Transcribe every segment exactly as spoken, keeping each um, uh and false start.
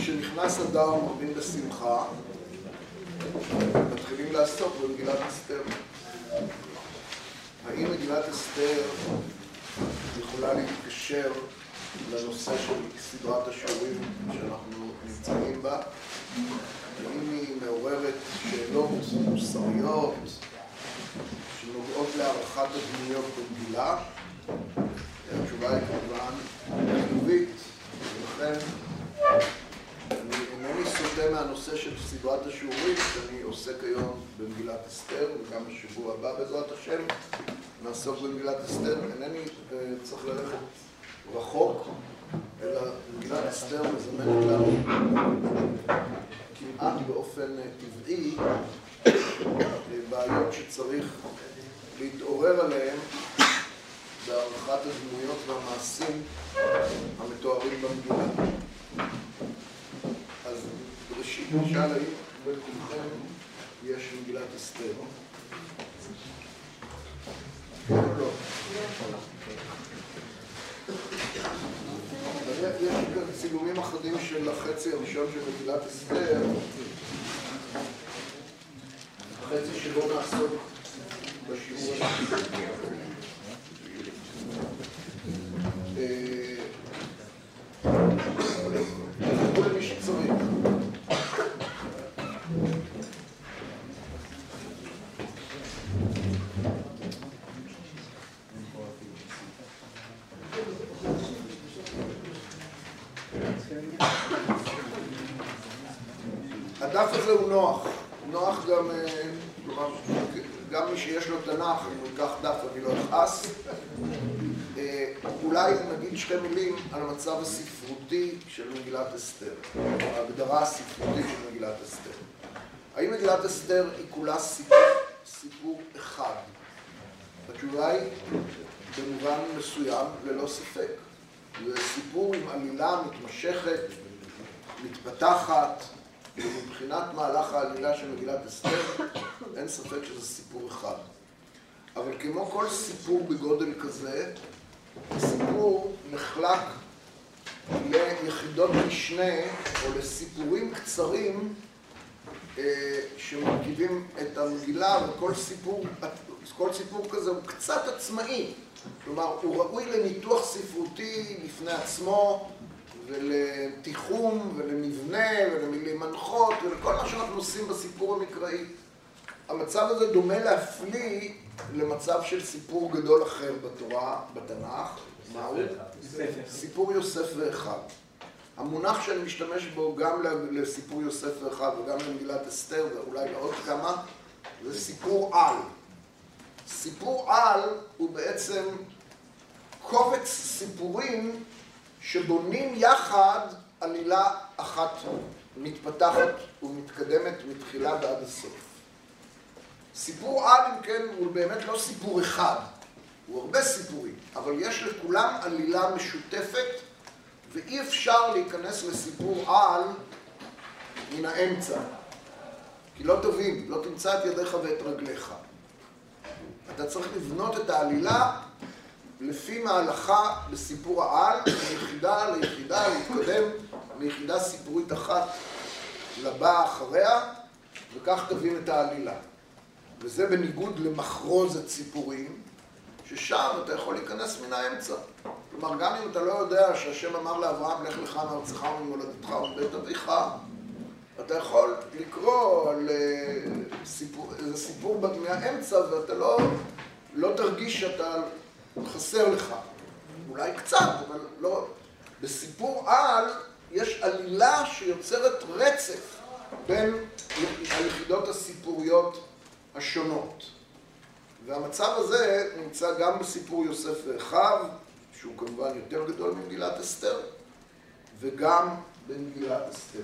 כשנכנס אדר מרבים בשמחה, מתחילים לעסוק במגילת אסתר. האם מגילת אסתר יכולה להתקשר לנושא של סדרת השיעורים שאנחנו נמצאים בה? האם היא מעוררת שאלות מוסריות שנוגעות להערכת הדמויות במגילה? התשובה היא כמובן חיובית, ולכן אני אינני סוטה מהנושא של סדרת השיעורים שאני עוסק היום במגילת אסתר, וגם בשבוע הבא בעזרת השם נעסוק במגילת אסתר. אינני צריך ללכת רחוק, אלא מגילת אסתר מזמנת לנו כמעט באופן טבעי בעיות שצריך להתעורר עליהן בהערכת הדמויות והמעשים המתוארים במגילה. אז בראשית נשאל האם בכולכם יש מגילת אסתר? כן או לא? יש כאן צילומים אחדים של החצי הראשון של מגילת אסתר, החצי שבו נעסוק בשיעור הזה. תלכו למי שצריך. הדף הזה הוא נוח. נוח גם, כלומר, גם מי שיש לו תנ"ך, אם הוא ייקח דף אני לא אכעס. אולי נגיד שתי מילים על המצב הספרותי של מגילת אסתר, ההגדרה הספרותית של מגילת אסתר. האם מגילת אסתר היא כולה סיפור, סיפור אחד? התשובה היא במובן מסוים ללא ספק. זה סיפור עם עלילה מתמשכת, מתפתחת, ומבחינת מהלך העלילה של מגילת אסתר אין ספק שזה סיפור אחד. אבל כמו כל סיפור בגודל כזה, הסיפור נחלק ליחידות משנה או לסיפורים קצרים אה, שמרכיבים את המגילה, וכל סיפור, כל סיפור כזה הוא קצת עצמאי. כלומר, הוא ראוי לניתוח ספרותי בפני עצמו, ולתיחום ולמבנה ולמילים מנחות ולכל מה שאנחנו עושים בסיפור המקראי. המצב הזה דומה להפליא למצב של סיפור גדול אחר בתורה, בתנ"ך. מהו? סיפור יוסף ואחיו. המונח שאני משתמש בו גם לסיפור יוסף ואחיו וגם למגילת אסתר ואולי לעוד כמה, זה סיפור על. סיפור על הוא בעצם קובץ סיפורים שבונים יחד עלילה אחת מתפתחת ומתקדמת מתחילה ועד הסוף. סיפור על, אם כן, הוא באמת לא סיפור אחד, הוא הרבה סיפורים, אבל יש לכולם עלילה משותפת, ואי אפשר להיכנס לסיפור על מן האמצע. כי לא תבין, לא תמצא את ידיך ואת רגליך. אתה צריך לבנות את העלילה לפי מהלכה בסיפור העל, מיחידה ליחידה, להתקדם מיחידה סיפורית אחת לבאה אחריה, וכך תבין את העלילה. וזה בניגוד למחרוזת סיפורים, ששם אתה יכול להיכנס מן האמצע. כלומר, גם אם אתה לא יודע שהשם אמר לאברהם, לך לך מארצך וממולדתך ומבית אביך, אתה יכול לקרוא על סיפור, איזה סיפור מהאמצע, ואתה לא, לא תרגיש שאתה חסר לך. אולי קצת, אבל לא. בסיפור על יש עלילה שיוצרת רצף בין היחידות הסיפוריות השונות. והמצב הזה נמצא גם בסיפור יוסף ואחיו, שהוא כמובן יותר גדול ממגילת אסתר, וגם במגילת אסתר.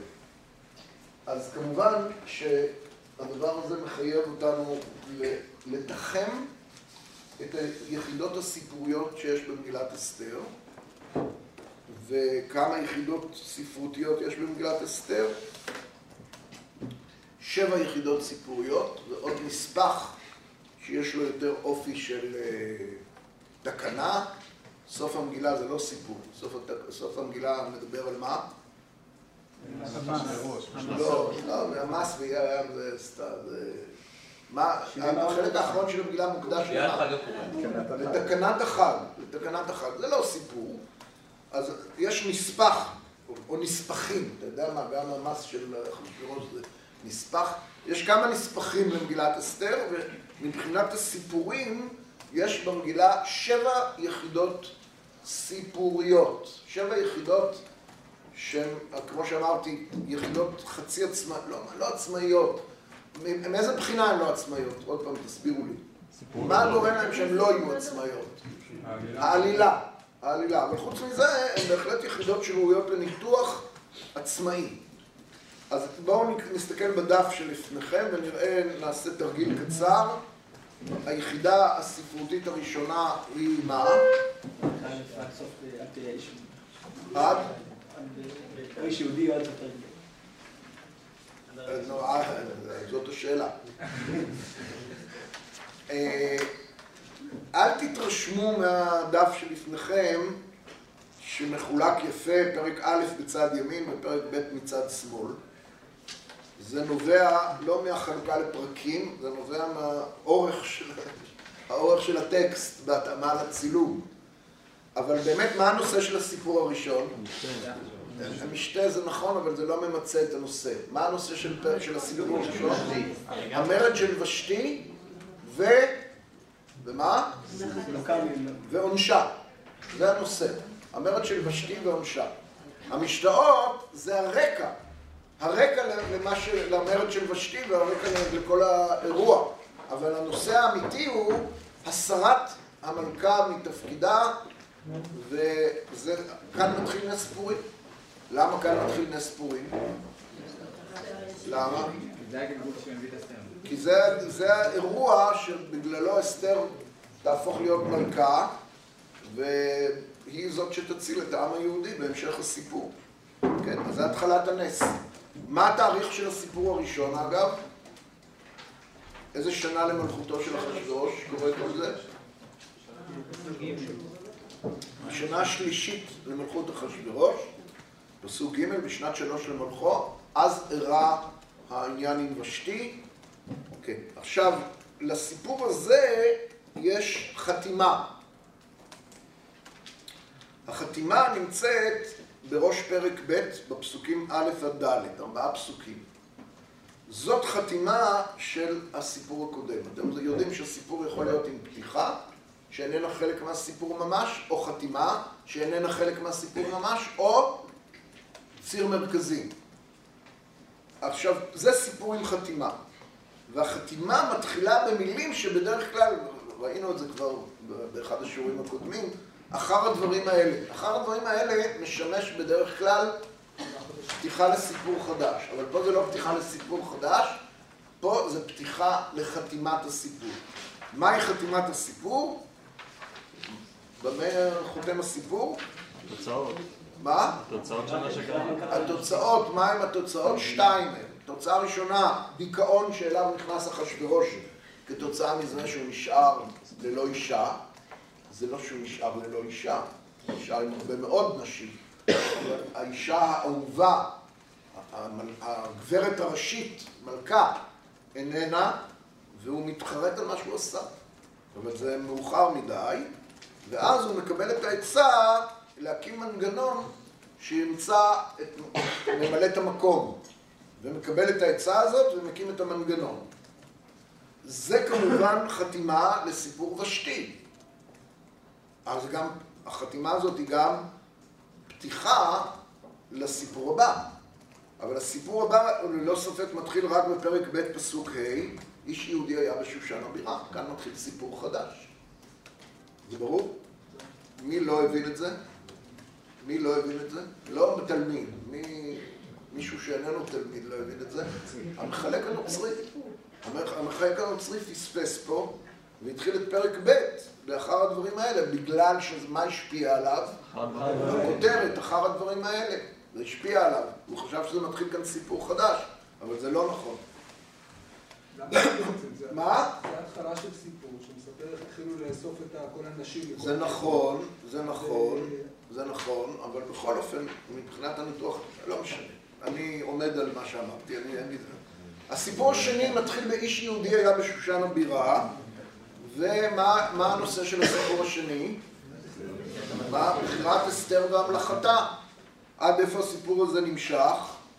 אז כמובן שהדבר הזה מחייב אותנו לתחם את היחידות הסיפוריות שיש במגילת אסתר, וכמה יחידות ספרותיות יש במגילת אסתר. שבע יחידות סיפוריות ועוד נספח שיש לו יותר אופי של תקנה. סוף המגילה זה לא סיפור, סוף, הת... סוף המגילה מדבר על מה? לא, לא, המס וים זה סתם, זה... מה, החלק האחרון של המגילה מוקדש לתקנת החג, לתקנת החג, זה לא סיפור. אז יש נספח, או נספחים, אתה יודע מה, גם המס של אחשוורוש זה נספח. יש כמה נספחים למגילת אסתר, ומבחינת הסיפורים יש במגילה שבע יחידות סיפוריות. שבע יחידות שהן, כמו שאמרתי, יחידות חצי עצמאיות, לא, לא עצמאיות. מאיזה בחינה הן לא עצמאיות? עוד פעם, תסבירו לי. מה גורם להם שהן לא יהיו עצמאיות? העלילה. העלילה. אבל חוץ מזה, הן בהחלט יחידות שראויות לניתוח עצמאי. אז בואו נסתכל בדף שלפניכם ונראה, נעשה תרגיל קצר. היחידה הספרותית הראשונה היא מה? עד? או איש יהודי או עד ספר. זאת השאלה. אל תתרשמו מהדף שלפניכם שמחולק יפה, פרק א' בצד ימין ופרק ב' מצד שמאל. זה נובע לא מהחלוקה לפרקים, זה נובע מהאורך של, האורך של הטקסט בהתאמה לצילום. אבל באמת, מה הנושא של הסיפור הראשון? המשתה זה נכון, אבל זה לא ממצא את הנושא. מה הנושא של, של הסיפור הראשון? המרד של ושתי ו... ומה? ועונשה. זה הנושא. המרד של ושתי ועונשה. המשתאות זה הרקע. הרקע למה ש... למרד של ושתי והרקע לכל האירוע. אבל הנושא האמיתי הוא הסרת המלכה מתפקידה, וזה, כאן מתחיל נס פורים. למה כאן מתחיל נס פורים? למה? זה הגלגול שמביא את אסתר. כי זה, זה האירוע שבגללו אסתר תהפוך להיות מלכה, והיא זאת שתציל את העם היהודי בהמשך הסיפור. כן, אז זה התחלת הנס. מה התאריך של הסיפור הראשון, אגב? איזה שנה למלכותו של אחשוורוש קורה כל זה? השנה השלישית למלכות אחשוורוש, פסוק ג' בשנת שלוש למלכו, אז אירע העניין עם ושתי. אוקיי, עכשיו, לסיפור הזה יש חתימה. החתימה נמצאת בראש פרק ב' בפסוקים א' עד ד', ארבעה פסוקים. זאת חתימה של הסיפור הקודם. אתם יודעים שהסיפור יכול להיות עם פתיחה, שאיננה חלק מהסיפור ממש, או חתימה, שאיננה חלק מהסיפור ממש, או ציר מרכזי. עכשיו, זה סיפור עם חתימה. והחתימה מתחילה במילים שבדרך כלל, ראינו את זה כבר באחד השיעורים הקודמים, אחר הדברים האלה. אחר הדברים האלה משמש בדרך כלל פתיחה לסיפור חדש. אבל פה זה לא פתיחה לסיפור חדש, פה זה פתיחה לחתימת הסיפור. מהי חתימת הסיפור? במה חותם הסיפור? תוצאות. מה? התוצאות של מה שקרה. התוצאות, מה הם התוצאות? שתיים הם. תוצאה ראשונה, דיכאון שאליו נכנס אחשוורוש כתוצאה מזה שהוא נשאר ללא אישה. זה לא שהוא נשאר ללא אישה, הוא נשאר עם הרבה מאוד נשים. האישה האהובה, הגברת הראשית, מלכה, איננה, והוא מתחרט על מה שהוא עשה. אבל זה מאוחר מדי, ואז הוא מקבל את העצה להקים מנגנון שימצא את, ממלא את המקום, ומקבל את העצה הזאת ומקים את המנגנון. זה כמובן חתימה לסיפור ושתי. אז גם, החתימה הזאת היא גם פתיחה לסיפור הבא. אבל הסיפור הבא, הוא ללא ספק מתחיל רק בפרק ב' פסוק ה', איש יהודי היה בשושן הבירה. כאן מתחיל סיפור חדש. זה ברור? מי לא הבין את זה? מי לא הבין את זה? לא תלמיד. מי... מישהו שאיננו תלמיד לא הבין את זה? המחלק הנוצרי. המחלק הנוצרי פספס פה, והתחיל את פרק ב' לאחר הדברים האלה, בגלל שמה השפיע עליו? הכותרת, אחר הדברים האלה. זה השפיע עליו. הוא חשב שזה מתחיל כאן סיפור חדש, אבל זה לא נכון. מה? זה התחלה של סיפור, שמספר איך התחילו לאסוף את כל הנשים. זה נכון, זה נכון, זה נכון, אבל בכל אופן, מבחינת הניתוח, לא משנה. אני אומר עומד על מה שאמרתי, אני אין לי זה. הסיפור השני מתחיל באיש יהודי היה בשושן הבירה, ומה מה הנושא של הסיפור השני? מה? בחירת אסתר והמלאכתה. עד איפה הסיפור הזה נמשך?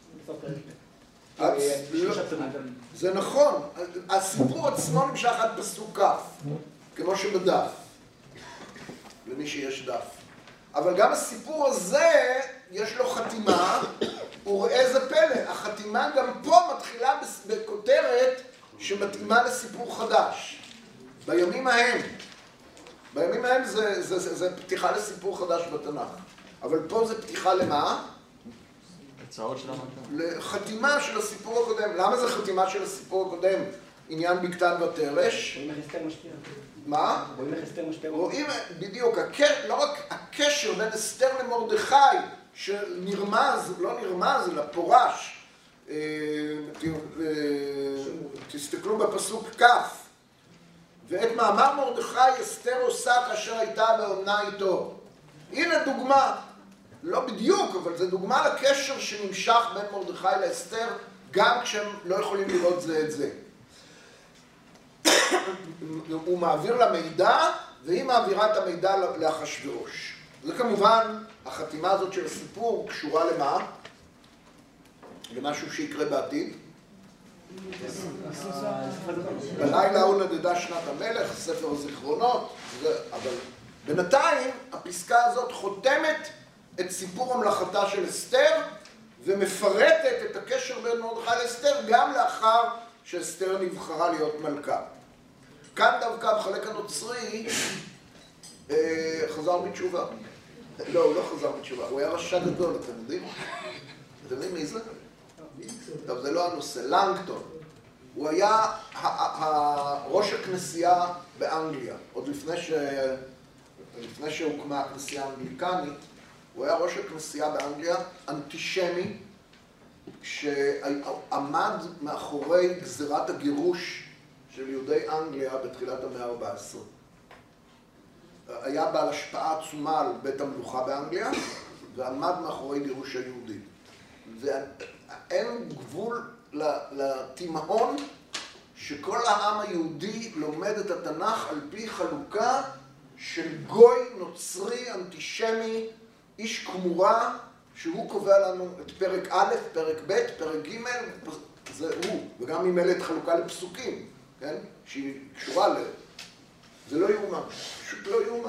זה נכון, הסיפור עצמו נמשך עד פסוק כ', כמו שבדף, למי שיש דף. אבל גם הסיפור הזה, יש לו חתימה, וראה זה פלא, החתימה גם פה מתחילה בכותרת שמתאימה לסיפור חדש. בימים ההם, בימים ההם זה, זה, זה, זה פתיחה לסיפור חדש בתנ"ך. אבל פה זה פתיחה למה? הצעות של המקום. לחתימה של הסיפור הקודם. למה זה חתימה של הסיפור הקודם? עניין בקטן ותרש. רואים איך אסתר משפיע. מה? רואים איך אסתר משפיע. רואים בדיוק, לא רק הקשר בין אסתר למרדכי, שנרמז, לא נרמז, אלא פורש. תסתכלו בפסוק כ'. ואת מאמר מרדכי אסתר עושה כאשר הייתה באומנה איתו. הנה דוגמה, לא בדיוק, אבל זו דוגמה לקשר שנמשך בין מרדכי לאסתר, גם כשהם לא יכולים לראות זה את זה. הוא מעביר לה מידע, והיא מעבירה את המידע לאחשוורוש. זה כמובן, החתימה הזאת של הסיפור קשורה למה? למשהו שיקרה בעתיד. בלילה הוא נדדה שנת המלך, ספר הזיכרונות, אבל בינתיים הפסקה הזאת חותמת את סיפור המלאכתה של אסתר ומפרטת את הקשר בין מרדכי לאסתר גם לאחר שאסתר נבחרה להיות מלכה. כאן דווקא בחלק הנוצרי חזר בתשובה. לא, הוא לא חזר בתשובה, הוא היה רשע גדול, אתם יודעים? אתם יודעים מי זה? טוב, זה לא הנושא, לנגטון. הוא היה ראש הכנסייה באנגליה, עוד לפני ש... לפני שהוקמה הכנסייה האנגליקנית, הוא היה ראש הכנסייה באנגליה, אנטישמי, שעמד מאחורי גזירת הגירוש של יהודי אנגליה בתחילת המאה ה-ארבע עשרה. היה בעל השפעה עצומה על בית המלוכה באנגליה, ועמד מאחורי גירוש היהודים. ואין גבול לתימהון שכל העם היהודי לומד את התנ"ך על פי חלוקה של גוי נוצרי אנטישמי, איש כמורה, שהוא קובע לנו את פרק א', פרק ב', פרק ג', זה הוא, וגם ממילא את חלוקה לפסוקים, כן? שהיא קשורה ל... זה לא יאומן, פשוט לא יאומן.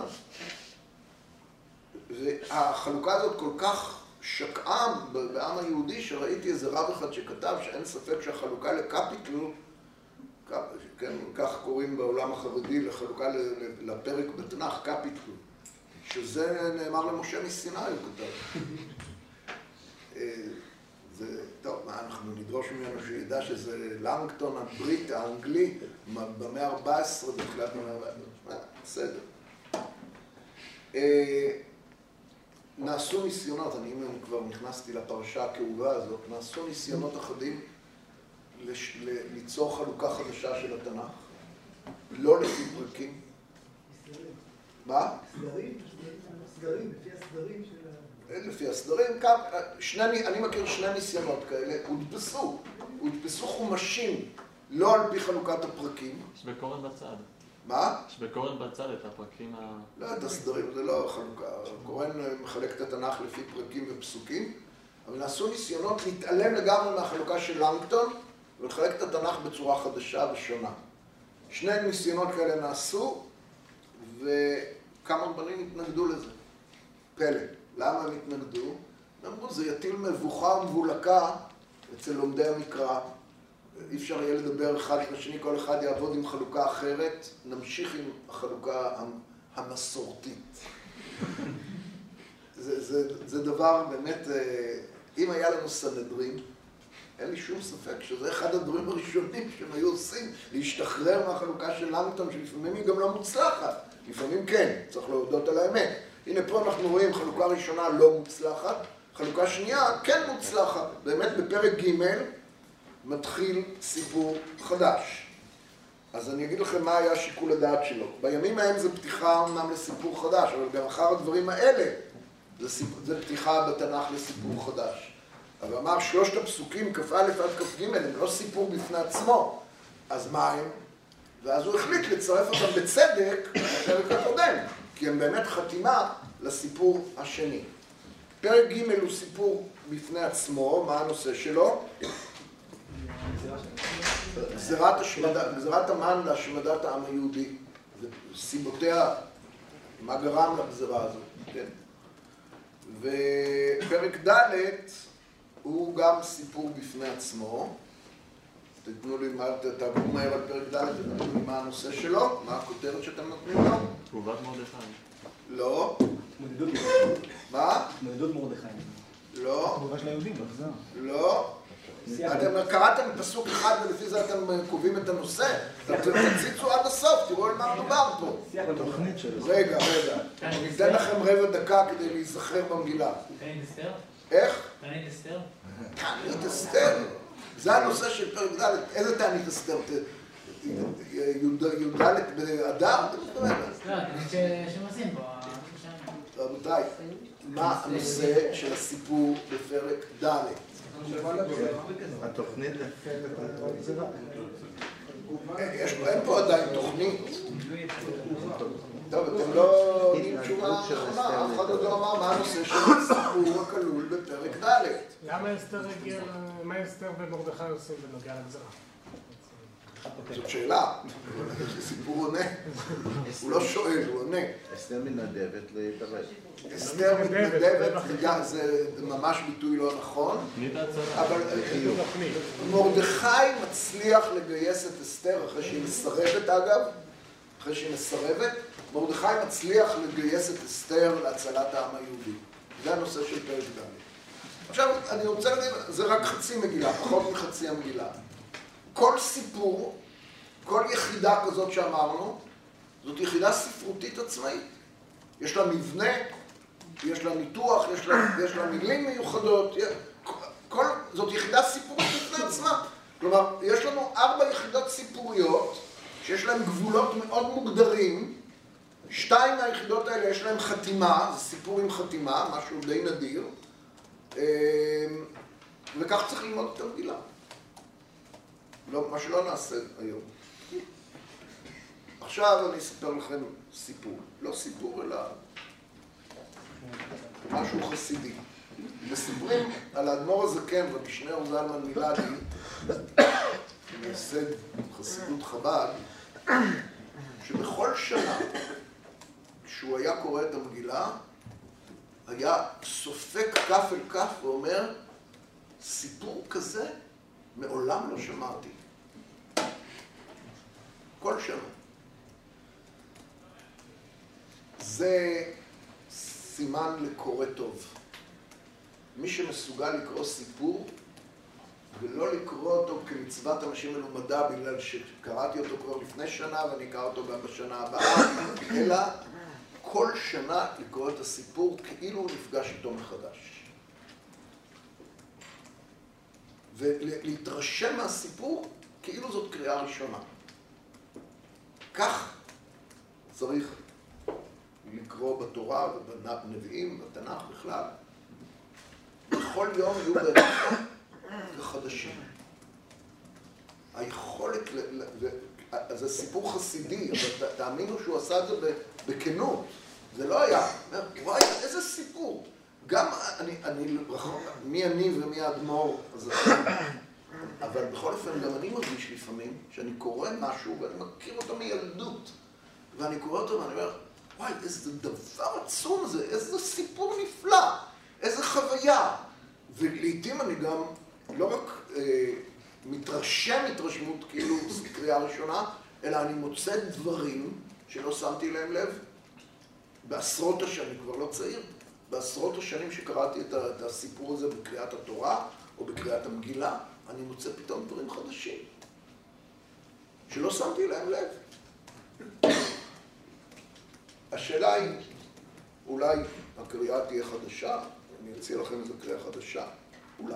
והחלוקה הזאת כל כך שקעה בעם היהודי, שראיתי איזה רב אחד שכתב שאין ספק שהחלוקה לקפיטל, כן, כך קוראים בעולם החרדי לחלוקה לפרק בתנ"ך, קפיטל, שזה נאמר למשה מסיני, הוא כתב. זה, טוב, מה, אנחנו נדרוש ממנו שידע שזה לנגטון הבריט האנגלי במאה ה-ארבע עשרה בתחילת המאה ה-ארבע עשרה. בסדר. נעשו ניסיונות, אני כבר נכנסתי לפרשה הכאובה הזאת, נעשו ניסיונות אחדים לש, ל, ליצור חלוקה חדשה של התנ"ך, לא לפי פרקים. סדרים. מה? סדרים, סדרים, לפי הסדרים של ה... לפי הסדרים, כאן, שני, אני מכיר שני ניסיונות כאלה, הודפסו, הודפסו חומשים, לא על פי חלוקת הפרקים. יש בקורן בצד. מה? יש בקורן בצד את הפרקים ה... לא, את הסדרים, זה לא חלוקה. קורן מחלק את התנ"ך לפי פרקים ופסוקים, אבל נעשו ניסיונות להתעלם לגמרי מהחלוקה של לנגטון, ולחלק את התנ"ך בצורה חדשה ושונה. שני ניסיונות כאלה נעשו, וכמה רבנים התנגדו לזה. פלא. למה הם התנגדו? אמרו, זה יטיל מבוכה ומבולקה אצל לומדי המקרא. אי אפשר יהיה לדבר אחד עם השני, כל אחד יעבוד עם חלוקה אחרת, נמשיך עם החלוקה המסורתית. זה, זה, זה דבר באמת, אם היה לנו סנהדרין, אין לי שום ספק שזה אחד הדברים הראשונים שהם היו עושים, להשתחרר מהחלוקה של לנגטון, שלפעמים היא גם לא מוצלחת. לפעמים כן, צריך להודות על האמת. הנה פה אנחנו רואים חלוקה ראשונה לא מוצלחת, חלוקה שנייה כן מוצלחת. באמת בפרק ג' מתחיל סיפור חדש. אז אני אגיד לכם מה היה שיקול הדעת שלו. בימים ההם זה פתיחה אמנם לסיפור חדש, אבל גם אחר הדברים האלה זה, סיפ... זה פתיחה בתנ"ך לסיפור חדש. אבל אמר שלושת הפסוקים כ"א עד כ"ג הם לא סיפור בפני עצמו, אז מה הם? ואז הוא החליט לצרף אותם בצדק לפרק הקודם, כי הם באמת חתימה לסיפור השני. פרק ג' הוא סיפור בפני עצמו, מה הנושא שלו? גזירת השמדה, גזירת המן להשמדת העם היהודי, וסיבותיה, מה גרם לגזירה הזאת, כן? ופרק ד' הוא גם סיפור בפני עצמו. תתנו לי, תעברו מהר על פרק ד' ותתנו לי מה הנושא שלו, מה הכותרת שאתם נותנים לו? תגובת מרדכי. לא. התמודדות. מה? התמודדות מרדכי. לא. התגובה של היהודים, לחזור. לא. אתם קראתם פסוק אחד ולפי זה אתם קובעים את הנושא. תציצו עד הסוף, תראו על מה מדובר פה. התוכנית שלו. רגע, רגע. אני אתן לכם רבע דקה כדי להיזכר במגילה. תענית אסתר? איך? תענית אסתר? תענית אסתר. זה הנושא של פרק ד'. איזה תענית אסתר? י"ד באדר? לא, תענית שמעשים פה. רבותיי, מה הנושא של הסיפור בפרק ד'? התוכנית יש בהם פה עדיין תוכנית. טוב, אתם לא עונים תשובה נכונה, אף אחד עוד לא אמר מה הנושא של הסיפור הכלול בפרק ד'. למה אסתר הגיע, מה אסתר ומרדכי עושים בנוגע לגזרה? זאת שאלה, סיפור עונה, הוא לא שואל, הוא עונה. אסתר מנדבת להתערב. אסתר מתנדבת, זה ממש ביטוי לא נכון, אבל מרדכי מצליח לגייס את אסתר אחרי שהיא מסרבת אגב, אחרי שהיא מסרבת, מרדכי מצליח לגייס את אסתר להצלת העם היהודי. זה הנושא של פרק ד'. עכשיו אני רוצה להגיד, זה רק חצי מגילה, פחות מחצי המגילה. כל סיפור, כל יחידה כזאת שאמרנו, זאת יחידה ספרותית עצמאית. יש לה מבנה, יש לה ניתוח, יש לה, יש לה מילים מיוחדות, כל, זאת יחידה סיפורית בפני עצמה. כלומר, יש לנו ארבע יחידות סיפוריות שיש להן גבולות מאוד מוגדרים. שתיים מהיחידות האלה יש להן חתימה, זה סיפור עם חתימה, משהו די נדיר. וכך צריך ללמוד את המגילה. לא, מה שלא נעשה היום. עכשיו אני אספר לכם סיפור. לא סיפור, אלא משהו חסידי. מספרים על האדמו"ר הזקן, רבי שניאור זלמן מלאדי, מייסד חסידות חב"ד, שבכל שנה, כשהוא היה קורא את המגילה, היה סופק כף אל כף ואומר, סיפור כזה מעולם לא שמעתי. כל שנה. זה סימן לקורא טוב. מי שמסוגל לקרוא סיפור, ולא לקרוא אותו כמצוות אנשים מלומדה, בגלל שקראתי אותו כבר לפני שנה, ואני אקרא אותו גם בשנה הבאה, אלא כל שנה לקרוא את הסיפור כאילו הוא נפגש איתו מחדש. ולהתרשם מהסיפור כאילו זאת קריאה ראשונה. כך צריך לקרוא בתורה ובנביאים, בתנ"ך בכלל. בכל יום יהיו באמת חדשים. היכולת, זה סיפור חסידי, אבל תאמינו שהוא עשה את זה בכנות. זה לא היה. וואי, איזה סיפור. גם אני, אני, מי אני ומי האדמו"ר, אבל בכל אופן גם אני מרגיש לפעמים שאני קורא משהו ואני מכיר אותו מילדות. ואני קורא אותו ואני אומר, וואי, איזה דבר עצום זה, איזה סיפור נפלא, איזה חוויה. ולעיתים אני גם לא רק אה, מתרשם התרשמות כאילו קריאה ראשונה, אלא אני מוצא דברים שלא שמתי להם לב בעשרות השנים, כבר לא צעיר, בעשרות השנים שקראתי את, ה, את הסיפור הזה בקריאת התורה או בקריאת המגילה, אני מוצא פתאום דברים חדשים שלא שמתי להם לב. השאלה היא, אולי הקריאה תהיה חדשה, אני אציע לכם איזו קריאה חדשה, אולי.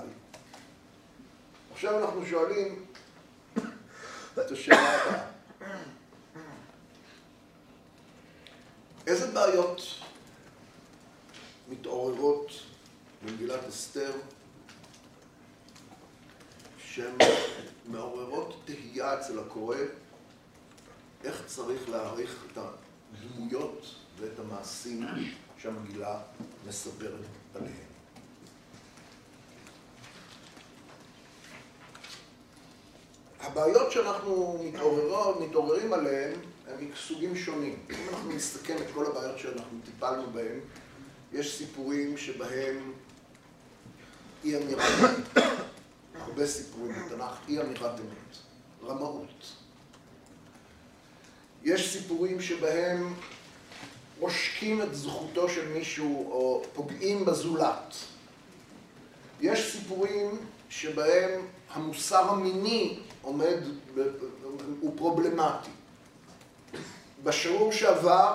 עכשיו אנחנו שואלים את השאלה הבאה. איזה בעיות מתעוררות במגילת אסתר שהן מעוררות תהייה אצל הקורא, איך צריך להעריך את הדמויות ואת המעשים שהמגילה מספרת עליהם. הבעיות שאנחנו מתעוררים, מתעוררים עליהן הם מסוגים שונים. אם אנחנו נסתכל את כל הבעיות שאנחנו טיפלנו בהן, יש סיפורים שבהם אי אמירת אמת. הרבה סיפורים בתנ"ך, אי אמירת אמת. רמאות. יש סיפורים שבהם עושקים את זכותו של מישהו או פוגעים בזולת. יש סיפורים שבהם המוסר המיני עומד, הוא פרובלמטי. בשיעור שעבר,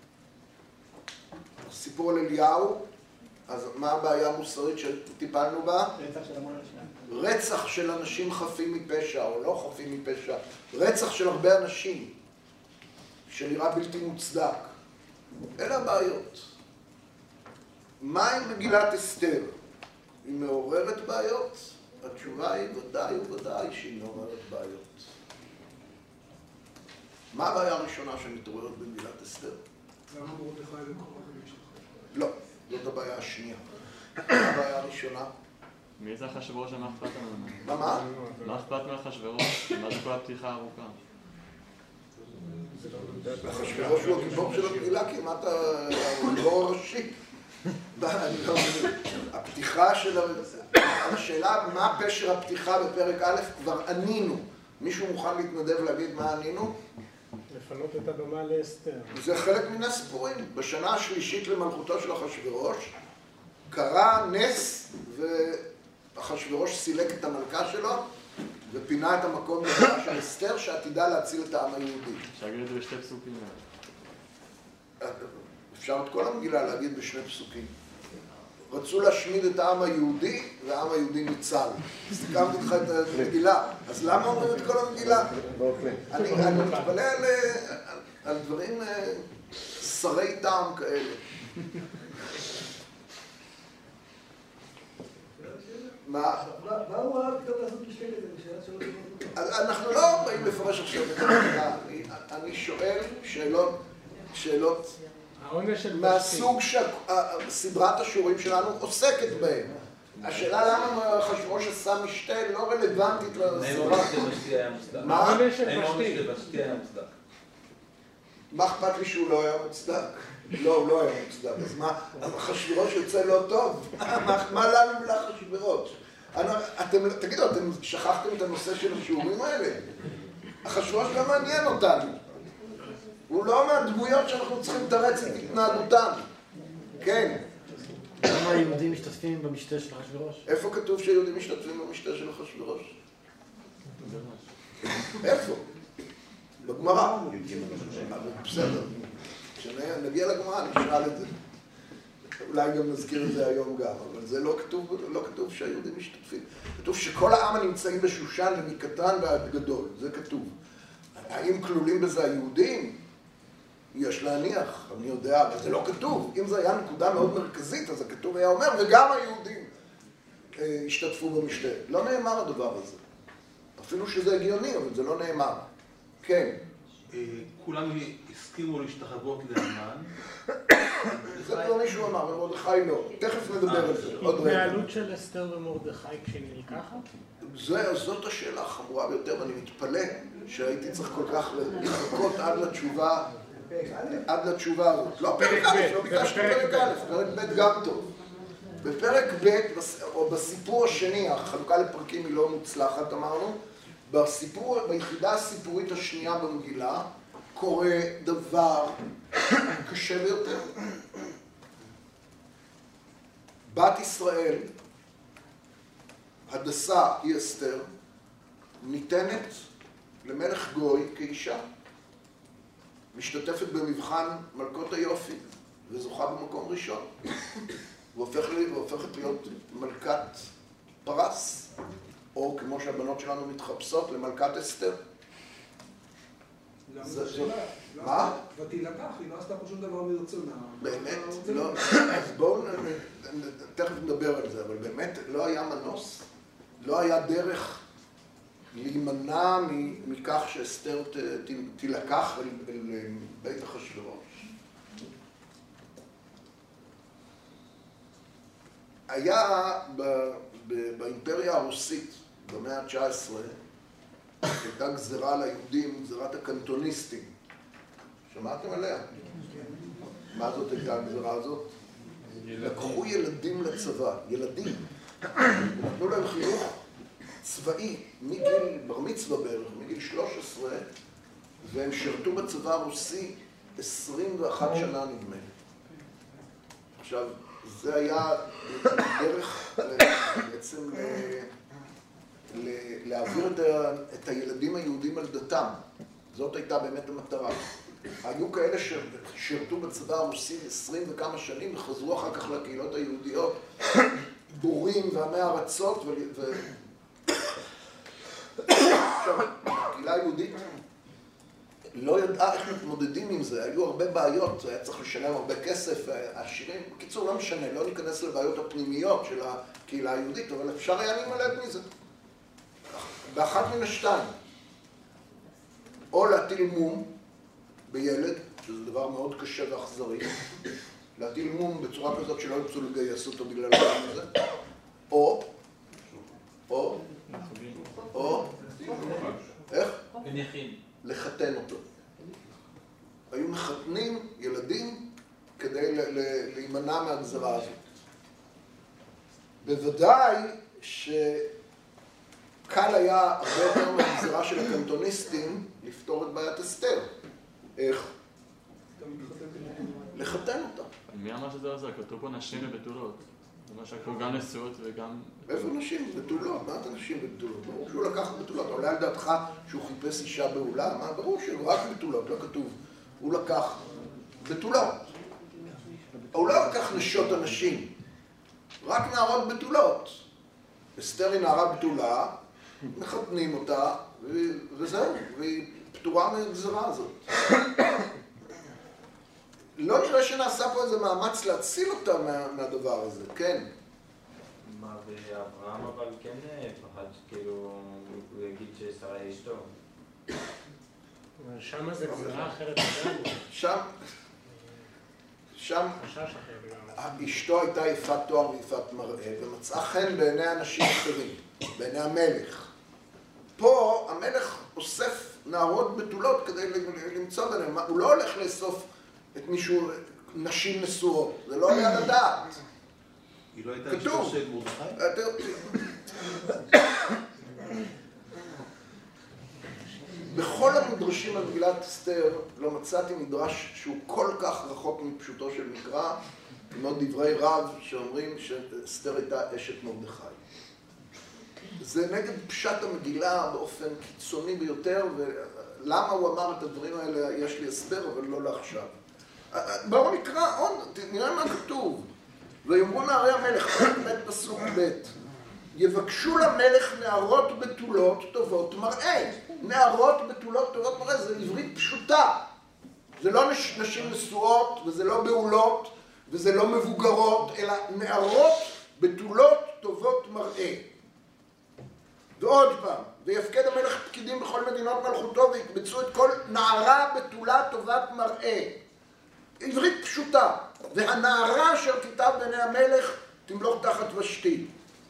סיפור על אליהו, אז מה הבעיה המוסרית שטיפלנו בה? רצח של המון אנשים. רצח של אנשים חפים מפשע או לא חפים מפשע. רצח של הרבה אנשים שנראה בלתי מוצדק. אלה הבעיות. מה עם מגילת אסתר? היא מעוררת בעיות? התשובה היא ודאי וודאי שהיא מעוררת בעיות. מה הבעיה הראשונה שמתעוררת במגילת אסתר? למה מרדכי וקורח במשפחה? לא, זאת הבעיה השנייה. מה הבעיה הראשונה? מי זה אחשוורוש ומה אכפת לנו? מה מה? מה אכפת מאחשוורוש? מה זה כל הפתיחה הארוכה? אחשוורוש הוא הגיבור של המגילה, כי מה אתה... הוא הגיבור הראשי. הפתיחה של... השאלה מה פשר הפתיחה בפרק א' כבר ענינו. מישהו מוכן להתנדב להגיד מה ענינו? לפנות את הבמה לאסתר. זה חלק מן הסיפורים. בשנה השלישית למלכותו של אחשוורוש קרה נס ואחשוורוש סילק את המלכה שלו ופינה את המקום לבמה של אסתר שעתידה להציל את העם היהודי. אפשר להגיד את זה בשתי פסוקים. אפשר את כל המגילה להגיד בשני פסוקים. רצו להשמיד את העם היהודי והעם היהודי ניצל. סיכמתי לך את המגילה. אז למה אומרים את כל המגילה? אני מתפלא על, על דברים שרי טעם כאלה. מה? מה הוא אהב פתאום לעשות משקלת? אנחנו לא באים לפרש עכשיו את המגילה. אני שואל שאלות, שאלות העונש של מהסוג שסדרת השיעורים שלנו עוסקת בהם. השאלה למה אחשוורוש עשה משתה לא רלוונטית לסדרה. מה? העונש של האם העונש ושתי. לבשתי היה מוצדק? מה אכפת לי שהוא לא היה מוצדק? לא, הוא לא היה מוצדק. אז מה, אחשוורוש יוצא לא טוב? מה לנו לאחשוורוש? תגידו, אתם שכחתם את הנושא של השיעורים האלה? אחשוורוש לא מעניין אותנו. הוא לא מהדמויות שאנחנו צריכים לתרץ את התנהגותם. כן. למה היהודים משתתפים במשתה של אחשוורוש? איפה כתוב שהיהודים משתתפים במשתה של אחשוורוש? איפה? בגמרא. בסדר. כשנגיע לגמרא נשאל את זה. אולי גם נזכיר את זה היום גם, אבל זה לא כתוב, לא כתוב שהיהודים משתתפים. כתוב שכל העם הנמצאים בשושן ומקטן ועד גדול. זה כתוב. האם כלולים בזה היהודים? יש להניח, אני יודע, אבל זה לא כתוב. אם זה היה נקודה מאוד מרכזית, אז הכתוב היה אומר, וגם היהודים אה, השתתפו במשתה. לא נאמר הדבר הזה. אפילו שזה הגיוני, אבל זה לא נאמר. כן. כולם הסכימו להשתחוות להמן. זה כבר מישהו אמר, ומרדכי לא. תכף נדבר על זה. עוד רגע. התנהלות של אסתר ומרדכי כשהיא נלקחת? זאת השאלה החמורה ביותר, ואני מתפלא שהייתי צריך כל כך לחכות עד לתשובה, עד לתשובה הזאת. לא פרק א', לא ביקשתי פרק א', פרק ב' גם טוב. בפרק ב', או בסיפור השני, החלוקה לפרקים היא לא מוצלחת, אמרנו, בסיפור, ביחידה הסיפורית השנייה במגילה, קורה דבר קשה ביותר. בת ישראל, הדסה היא אסתר, ניתנת למלך גוי כאישה. משתתפת במבחן מלכות היופי וזוכה במקום ראשון. והופכת להיות מלכת פרס, או כמו שהבנות שלנו מתחפשות, למלכת אסתר. למה זה- זה שאלה? מה? ותילקח, היא לא עשתה פה שום דבר מרצונה. באמת? אתה לא. רוצה- אז בואו נ- נ- תכף נדבר על זה, אבל באמת לא היה מנוס, לא היה דרך להימנע מכך שאסתר תילקח אל בית אחשוורוש. היה באימפריה הרוסית במאה ה-תשע עשרה הייתה גזירה ליהודים, גזירת הקנטוניסטים. שמעתם עליה? מה זאת הייתה הגזירה הזאת? לקחו ילדים לצבא, ילדים. נתנו להם חינוך צבאי מגיל בר מצווה בערך, מגיל שלוש עשרה, והם שרתו בצבא הרוסי עשרים ואחת שנה נדמה. עכשיו, זה היה דרך בעצם להעביר את הילדים היהודים על דתם. זאת הייתה באמת המטרה. היו כאלה ששרתו בצבא הרוסי עשרים וכמה שנים וחזרו אחר כך לקהילות היהודיות, בורים ועמי ארצות, ו... עכשיו, הקהילה היהודית לא ידעה איך מתמודדים עם זה, היו הרבה בעיות, היה צריך לשלם הרבה כסף, העשירים, בקיצור לא משנה, לא ניכנס לבעיות הפנימיות של הקהילה היהודית, אבל אפשר היה להימלט מזה. באחת מן השתיים, או להטיל מום בילד, שזה דבר מאוד קשה ואכזרי, להטיל מום בצורה כזאת שלא ירצו לגייס אותו בגלל הדבר הזה, או, או, או, איך? לחתן אותו. היו מחתנים ילדים כדי להימנע מהגזרה הזאת. בוודאי שקל היה הרבה יותר מהגזרה של הקנטוניסטים לפתור את בעיית אסתר. איך? לחתן אותה. מי אמר שזה עוזר? כתוב פה נשים ובתולות. זה אומר שכתוב גם נשואות וגם... איפה נשים? בתולות. מה אתה נשים בבתולות? ברור שהוא לקח בתולות. עולה על דעתך שהוא חיפש אישה בעולה? מה? ברור שהוא רק בתולות, לא כתוב. הוא לקח בתולות. הוא לא לקח נשות אנשים. רק נערות בתולות. אסתר היא נערה בתולה, מחתנים אותה, וזהו. והיא פטורה מהגזרה הזאת. לא נראה שנעשה פה איזה מאמץ להציל אותה מה, מהדבר הזה, כן. מה, ואברהם אבל כן פחד שכאילו הוא יגיד ששרה היא אשתו. שם זה גזרה אחרת לגמרי. שם, שם, אשתו הייתה יפת תואר ויפת מראה, ומצאה חן בעיני אנשים אחרים, בעיני המלך. פה המלך אוסף נערות בתולות כדי למצוא ביניהם, הוא לא הולך לאסוף את מישהו, נשים נשואות, זה לא היה לדעת. היא לא הייתה אשתו של מרדכי? בכל המדרשים על מגילת אסתר לא מצאתי מדרש שהוא כל כך רחוק מפשוטו של מקרא, כמו דברי רב שאומרים שאסתר הייתה אשת מרדכי. זה נגד פשט המגילה באופן קיצוני ביותר, ולמה הוא אמר את הדברים האלה, יש לי הסבר, אבל לא לעכשיו. בואו נקרא עוד, נראה מה כתוב. ויאמרו נערי המלך, בית פסוק ב', יבקשו למלך נערות בתולות טובות מראה. נערות בתולות טובות מראה, זה עברית פשוטה. זה לא נשים נשואות, וזה לא בעולות, וזה לא מבוגרות, אלא נערות בתולות טובות מראה. ועוד פעם, ויפקד המלך פקידים בכל מדינות מלכותו ויקבצו את כל נערה בתולה טובת מראה. עברית פשוטה. והנערה אשר כיתב בעיני המלך תמלוך תחת ושתי.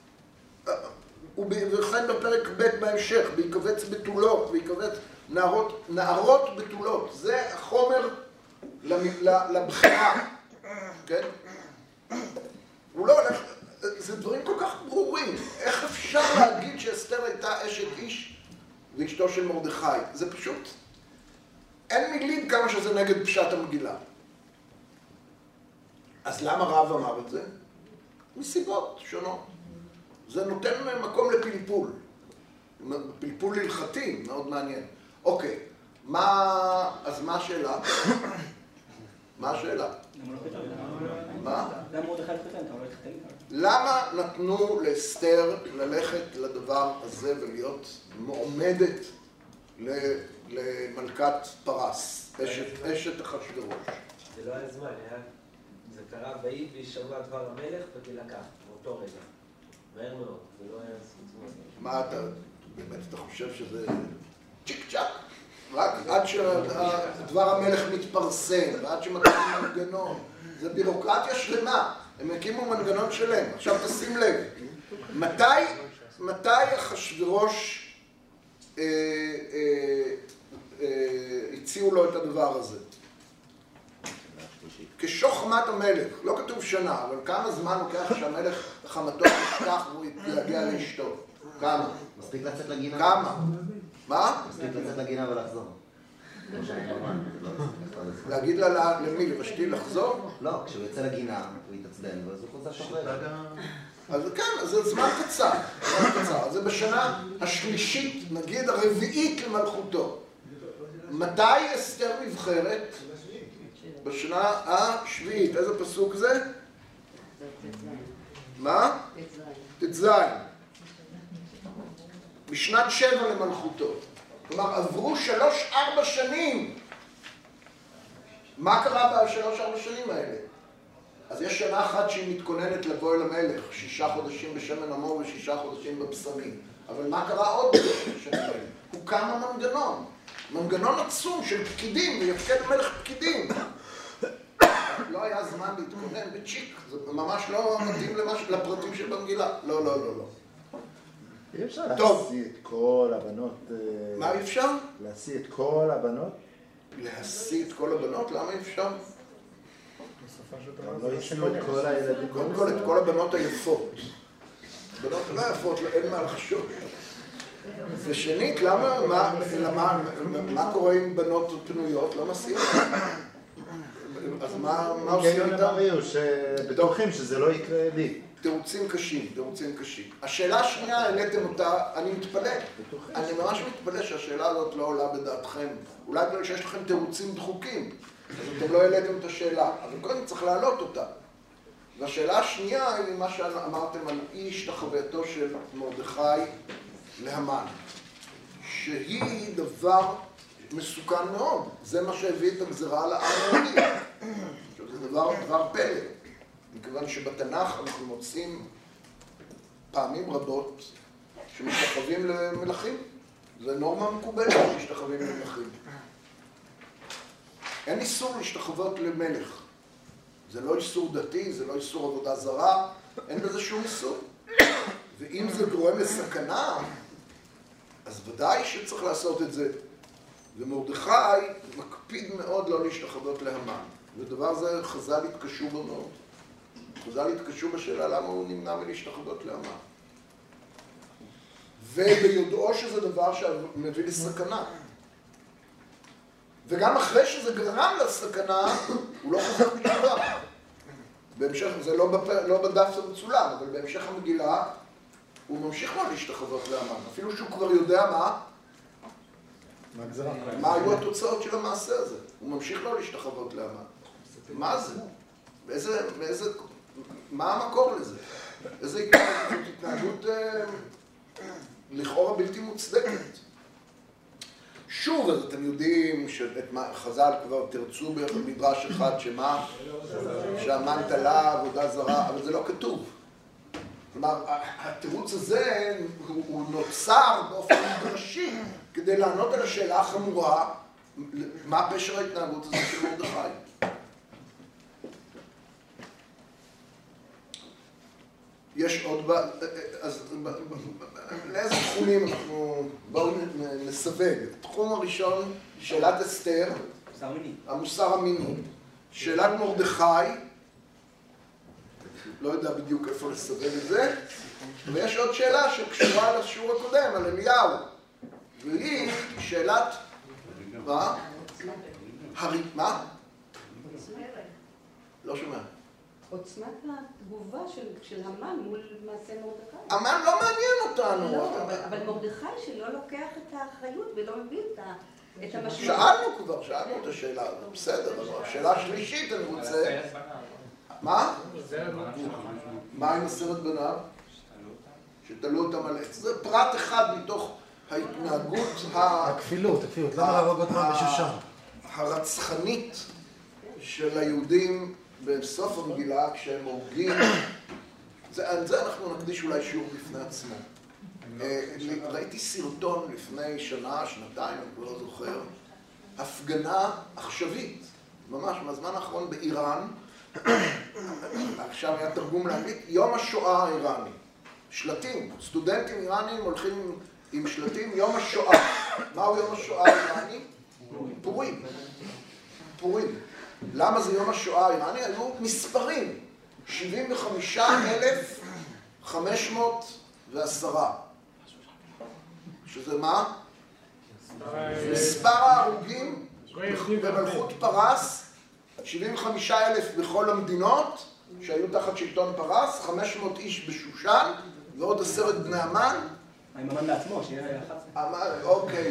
וכן בפרק ב' בהמשך, ויקבץ בתולות, ויקבץ נערות, נערות בתולות. זה החומר לבחירה. כן? הוא לא הולך... זה דברים כל כך ברורים. איך אפשר להגיד שאסתר הייתה אשת איש ואשתו של מרדכי? זה פשוט... אין מילים כמה שזה נגד פשט המגילה. אז למה רב אמר את זה? מסיבות שונות. זה נותן מקום לפלפול. פלפול הלכתי, מאוד מעניין. אוקיי, מה... אז מה השאלה? מה השאלה? מה? למה מרדכי התחתן? אתה לא התחתן? למה נתנו לאסתר ללכת לדבר הזה ולהיות מועמדת למלכת פרס, אשת אחשוורוש? זה לא היה זמן, זה קרה ויהי וישמע דבר המלך ותילקח, באותו רגע. מהר מאוד, זה לא היה זמן. מה אתה... באמת אתה חושב שזה צ'יק צ'ק, רק עד שדבר המלך מתפרסם, ועד שמתחילים מנגנון. זה בירוקרטיה שלמה, הם הקימו מנגנון שלם. עכשיו תשים לב, מתי, מתי אחשוורוש אה, אה, אה, הציעו לו את הדבר הזה? כשוחמת המלך, לא כתוב שנה, אבל כמה זמן לוקח שהמלך חמתו תשכח והוא יתגעגע לאשתו? כמה? מספיק לצאת לגינה. כמה? מה? מספיק לצאת לגינה ולחזור. להגיד לה למי? לבשתי לחזור? לא, כשהוא יוצא לגינה, הוא יתעצבן, ואז הוא חוזר שחרר. אז כן, זה זמן קצר, זמן קצר. זה בשנה השלישית, נגיד הרביעית למלכותו. מתי אסתר נבחרת? בשנה השביעית. איזה פסוק זה? מה? תז. בשנת שבע למלכותו. כלומר, עברו שלוש ארבע שנים. מה קרה בשלוש ארבע שנים האלה? אז יש שנה אחת שהיא מתכוננת לבוא אל המלך, שישה חודשים בשמן עמו ושישה חודשים בבשמים. אבל מה קרה עוד בשנים האלה? הוקם המנגנון. מנגנון עצום של פקידים, ויפקד המלך פקידים. לא היה זמן להתכונן בצ'יק, זה ממש לא מתאים לפרטים של במגילה. לא, לא, לא, לא. אי אפשר להשיא את כל הבנות... מה אי אפשר? להשיא את כל הבנות? להשיא את כל הבנות? למה אי אפשר? לא ישנו את כל הילדים. קודם כל את כל הבנות היפות. בנות לא יפות, אין מה לחשוב. ושנית, למה, מה, למה, מה קורה עם בנות פנויות? לא מסיעים? אז מה, מה עושים איתם? כן, אמריו, שבטוחים שזה לא יקרה לי. תירוצים קשים, תירוצים קשים. השאלה השנייה, העליתם אותה, אני מתפלא. אני ממש מתפלא שהשאלה הזאת לא עולה בדעתכם. אולי בגלל שיש לכם תירוצים דחוקים, אז אתם לא העליתם את השאלה, אבל קודם צריך להעלות אותה. והשאלה השנייה היא מה שאמרתם על אי השתחווייתו של מרדכי להמן, שהיא דבר מסוכן מאוד. זה מה שהביא את הגזרה על העם היהודי. זה דבר, דבר פלא. מכיוון שבתנ"ך אנחנו מוצאים פעמים רבות שמשתחווים למלכים. זה נורמה מקובלת שמשתחווים למלכים. אין איסור להשתחוות למלך. זה לא איסור דתי, זה לא איסור עבודה זרה, אין בזה שום איסור. ואם זה גורם לסכנה, אז ודאי שצריך לעשות את זה. ומרדכי מקפיד מאוד לא להשתחוות להמן. ודבר זה חז"ל התקשו בו מאוד. חז"ל התקשו בשאלה למה הוא נמנע מלהשתחוות להמן. וביודעו שזה דבר שמביא לסכנה. וגם אחרי שזה גרם לסכנה, הוא לא חוזר בתשובה. בהמשך, זה לא, בפ... לא בדף המצולם, אבל בהמשך המגילה, הוא ממשיך לא להשתחוות להמן. אפילו שהוא כבר יודע מה, מה היו התוצאות של המעשה הזה. הוא ממשיך לא להשתחוות להמן. מה זה? באיזה, באיזה, מה המקור לזה? איזה התנהגות, התנהגות אה, לכאורה בלתי מוצדקת. שוב, אז אתם יודעים שאת חז"ל כבר תרצו במדרש אחד שמה? שהמן תלה עבודה זרה, אבל זה לא כתוב. כלומר, התירוץ הזה הוא, הוא נוצר באופן מדרשי כדי לענות על השאלה החמורה, מה פשר ההתנהגות הזה של מרדכי. יש עוד, אז לאיזה תחומים אנחנו, בואו נסווג. התחום הראשון, שאלת אסתר, המוסר המיני. שאלת מרדכי, לא יודע בדיוק איפה לסווג את זה, ויש עוד שאלה שקשורה לשיעור הקודם, על אליהו. והיא שאלת, מה? מה? לא שומע. עוצמת התגובה של המן מול מעשה מרדכי. המן לא מעניין אותנו. אבל מרדכי שלא לוקח את האחריות ולא מביא את המשמעות. שאלנו כבר, שאלנו את השאלה הזאת, בסדר, אבל השאלה השלישית אני רוצה... מה? מה עם עשרת בניו? שתלו אותם על עץ. זה פרט אחד מתוך ההתנהגות הכפילות, הכפילות, למה להרוג אותם בשושן? הרצחנית של היהודים בסוף המגילה, כשהם הורגים, על זה אנחנו נקדיש אולי שיעור בפני עצמו. ראיתי סרטון לפני שנה, שנתיים, אני כבר לא זוכר, הפגנה עכשווית, ממש מהזמן האחרון באיראן, עכשיו היה תרגום לאנגלית, יום השואה האיראני. שלטים, סטודנטים איראנים הולכים עם שלטים, יום השואה. מהו יום השואה האיראני? פורים. פורים. למה זה יום השואה האיראני? היו מספרים. שבעים וחמישה אלף וחמש מאות ועשרה. שזה מה? מספר ההרוגים במלכות פרס, שבעים וחמישה אלף בכל המדינות שהיו תחת שלטון פרס, חמש מאות איש בשושן ועוד עשרת בני המן. האיממן לעצמו, שיהיה אחת. אוקיי.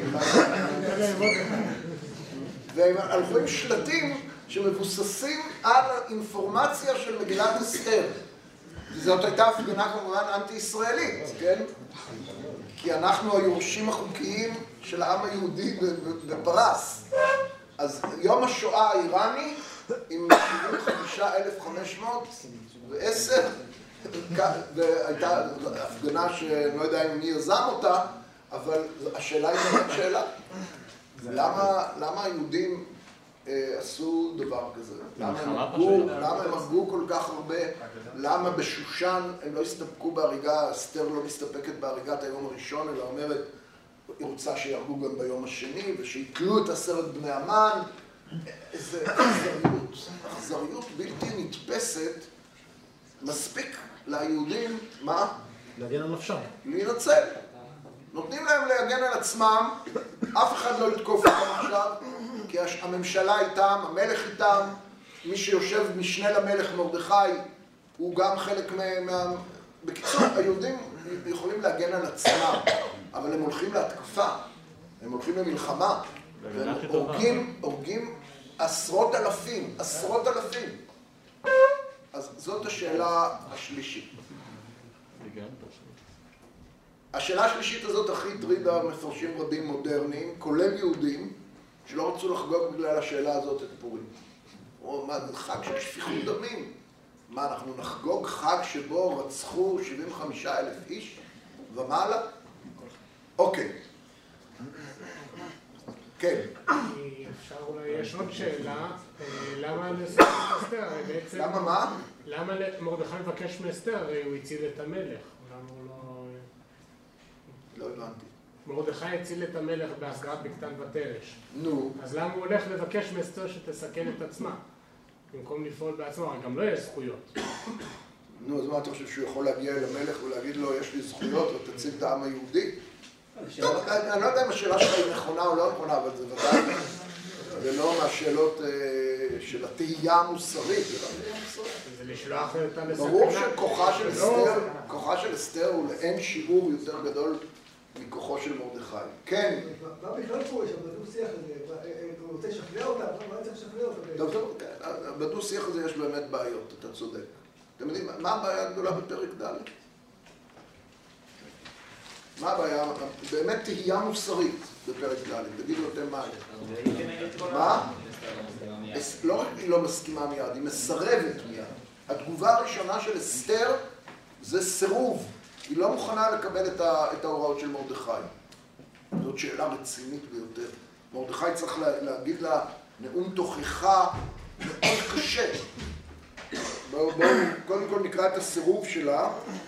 והם הלכו עם שלטים שמבוססים על אינפורמציה של מגילת אסתר. זאת הייתה הפגנה כמובן אנטי-ישראלית, כן? כי אנחנו היורשים החוקיים של העם היהודי בפרס. אז יום השואה האיראני עם שבעים וחמישה אלף וחמש מאות ועשר, והייתה הפגנה שאני לא יודע אם מי יזם אותה, אבל השאלה היא באמת שאלה. למה, למה היהודים אה, עשו דבר כזה? למה הם הרגו, למה הם הרגו כל כך הרבה? למה בשושן הם לא הסתפקו בהריגה, אסתר לא מסתפקת בהריגת היום הראשון, אלא אומרת, היא רוצה שיהרגו גם ביום השני, ושיתלו את עשרת בני המן. איזו אכזריות, אכזריות בלתי נתפסת, מספיק ליהודים, מה? להגן על נפשם. להינצל. נותנים להם להגן על עצמם, אף אחד לא יתקוף אותם עכשיו, כי הממשלה איתם, המלך איתם, מי שיושב משנה למלך מרדכי, הוא גם חלק מה... בקיצור, היהודים יכולים להגן על עצמם, אבל הם הולכים להתקפה, הם הולכים למלחמה, והם הורגים, הורגים עשרות אלפים, עשרות אלפים. אז זאת השאלה השלישית. השאלה השלישית הזאת הכי הטרידה מפרשים רבים מודרניים, כולל יהודים, שלא רצו לחגוג בגלל השאלה הזאת את פורים. או מה, זה חג של שפיכות דמים. מה, אנחנו נחגוג חג שבו רצחו שבעים וחמישה אלף איש ומעלה? אוקיי. כן. אפשר אולי, יש עוד שאלה, למה לספר את אסתר? בעצם... למה מה? למה מרדכי מבקש מאסתר? הרי הוא הציל את המלך. למה הוא לא... לא הבנתי. מרדכי הציל את המלך בהסגרת בקתן ותרש. נו. אז למה הוא הולך לבקש מאסתר שתסכן את עצמה? במקום לפעול בעצמו, גם לא יש זכויות. נו, אז מה אתה חושב שהוא יכול להגיע אל המלך ולהגיד לו, יש לי זכויות ותציל את העם היהודי? טוב, אני לא יודע אם השאלה שלך היא נכונה או לא נכונה, אבל זה ודאי, זה לא מהשאלות של התהייה המוסרית. זה לשלוח אותה לסכנה. ברור שכוחה של אסתר, כוחה של אסתר הוא לאין שיעור יותר גדול מכוחו של מרדכי. כן. מה בכלל קורה שם? בדו שיח הזה, הוא רוצה לשכנע אותה, מה צריך לשכנע אותה? טוב, טוב, בדו שיח הזה יש באמת בעיות, אתה צודק. אתם יודעים, מה הבעיה הגדולה בפרק ד'? מה הבעיה? באמת תהייה מוסרית בפרק ד', תגידו אתם מה. מה? לא רק היא לא מסכימה מיד, היא מסרבת מיד. התגובה הראשונה של אסתר זה סירוב. היא לא מוכנה לקבל את ההוראות של מרדכי. זאת שאלה רצינית ביותר. מרדכי צריך להגיד לה נאום תוכחה מאוד קשה. בואו קודם כל נקרא את הסירוב שלה.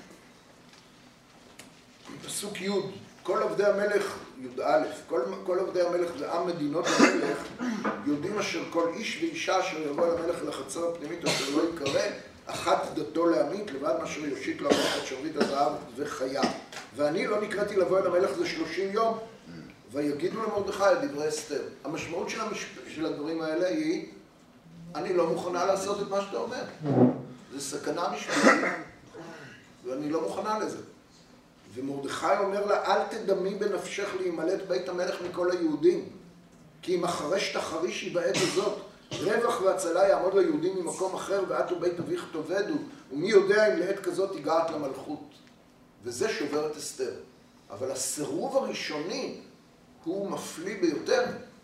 פסוק י' כל עבדי המלך, י"א, כל, כל עבדי המלך ועם מדינות המלך, יודעים אשר כל איש ואישה אשר יבוא למלך לחצר הפנימית אשר לא יקרא, אחת דתו להמית, לבד מאשר יושיט לו המלך את שרביט הזהב וחיה. ואני לא נקראתי לבוא אל המלך זה שלושים יום, ויגידו למרדכי את דברי אסתר. המשמעות של, המשפ... של הדברים האלה היא, אני לא מוכנה לעשות את מה שאתה אומר. זה סכנה משפטית, ואני לא מוכנה לזה. ומרדכי אומר לה, אל תדמי בנפשך להימלט בית המלך מכל היהודים, כי אם החרש תחרישי בעת הזאת, רווח והצלה יעמוד ליהודים ממקום אחר, ואת ובית אביך תאבדו, ומי יודע אם לעת כזאת הגעת למלכות. וזה שובר את אסתר. אבל הסירוב הראשוני הוא מפליא ביותר.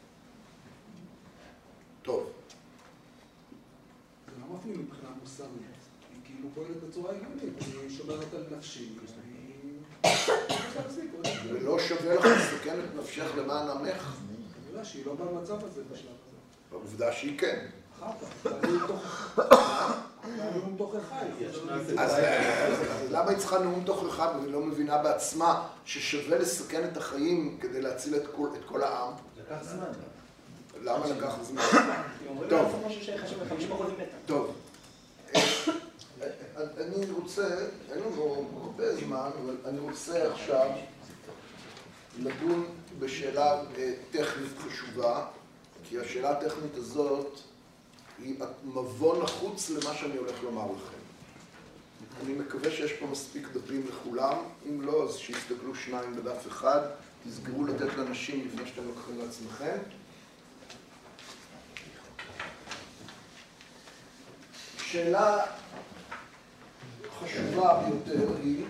טוב. זה לא מפליא מבחינה מוסרית. היא כאילו פועלת בצורה הגיונית, היא שומרת על נפשי. ולא שווה לך לסכן את נפשך למען עמך. עובדה שהיא לא במצב הזה בשלב הזה. עובדה שהיא כן. אחר כך, נאום תוכחה. אז למה היא צריכה נאום תוכחה והיא לא מבינה בעצמה ששווה לסכן את החיים כדי להציל את כל העם? לקח זמן. למה לקח זמן? טוב. טוב. אני רוצה, אין לנו הרבה זמן, אבל אני רוצה עכשיו לדון בשאלה טכנית חשובה, כי השאלה הטכנית הזאת היא מבוא נחוץ למה שאני הולך לומר לכם. אני מקווה שיש פה מספיק דפים לכולם, אם לא, אז שיסתכלו שניים בדף אחד, תסגרו לתת לאנשים לפני שאתם לוקחים לעצמכם. שאלה חשובה ביותר היא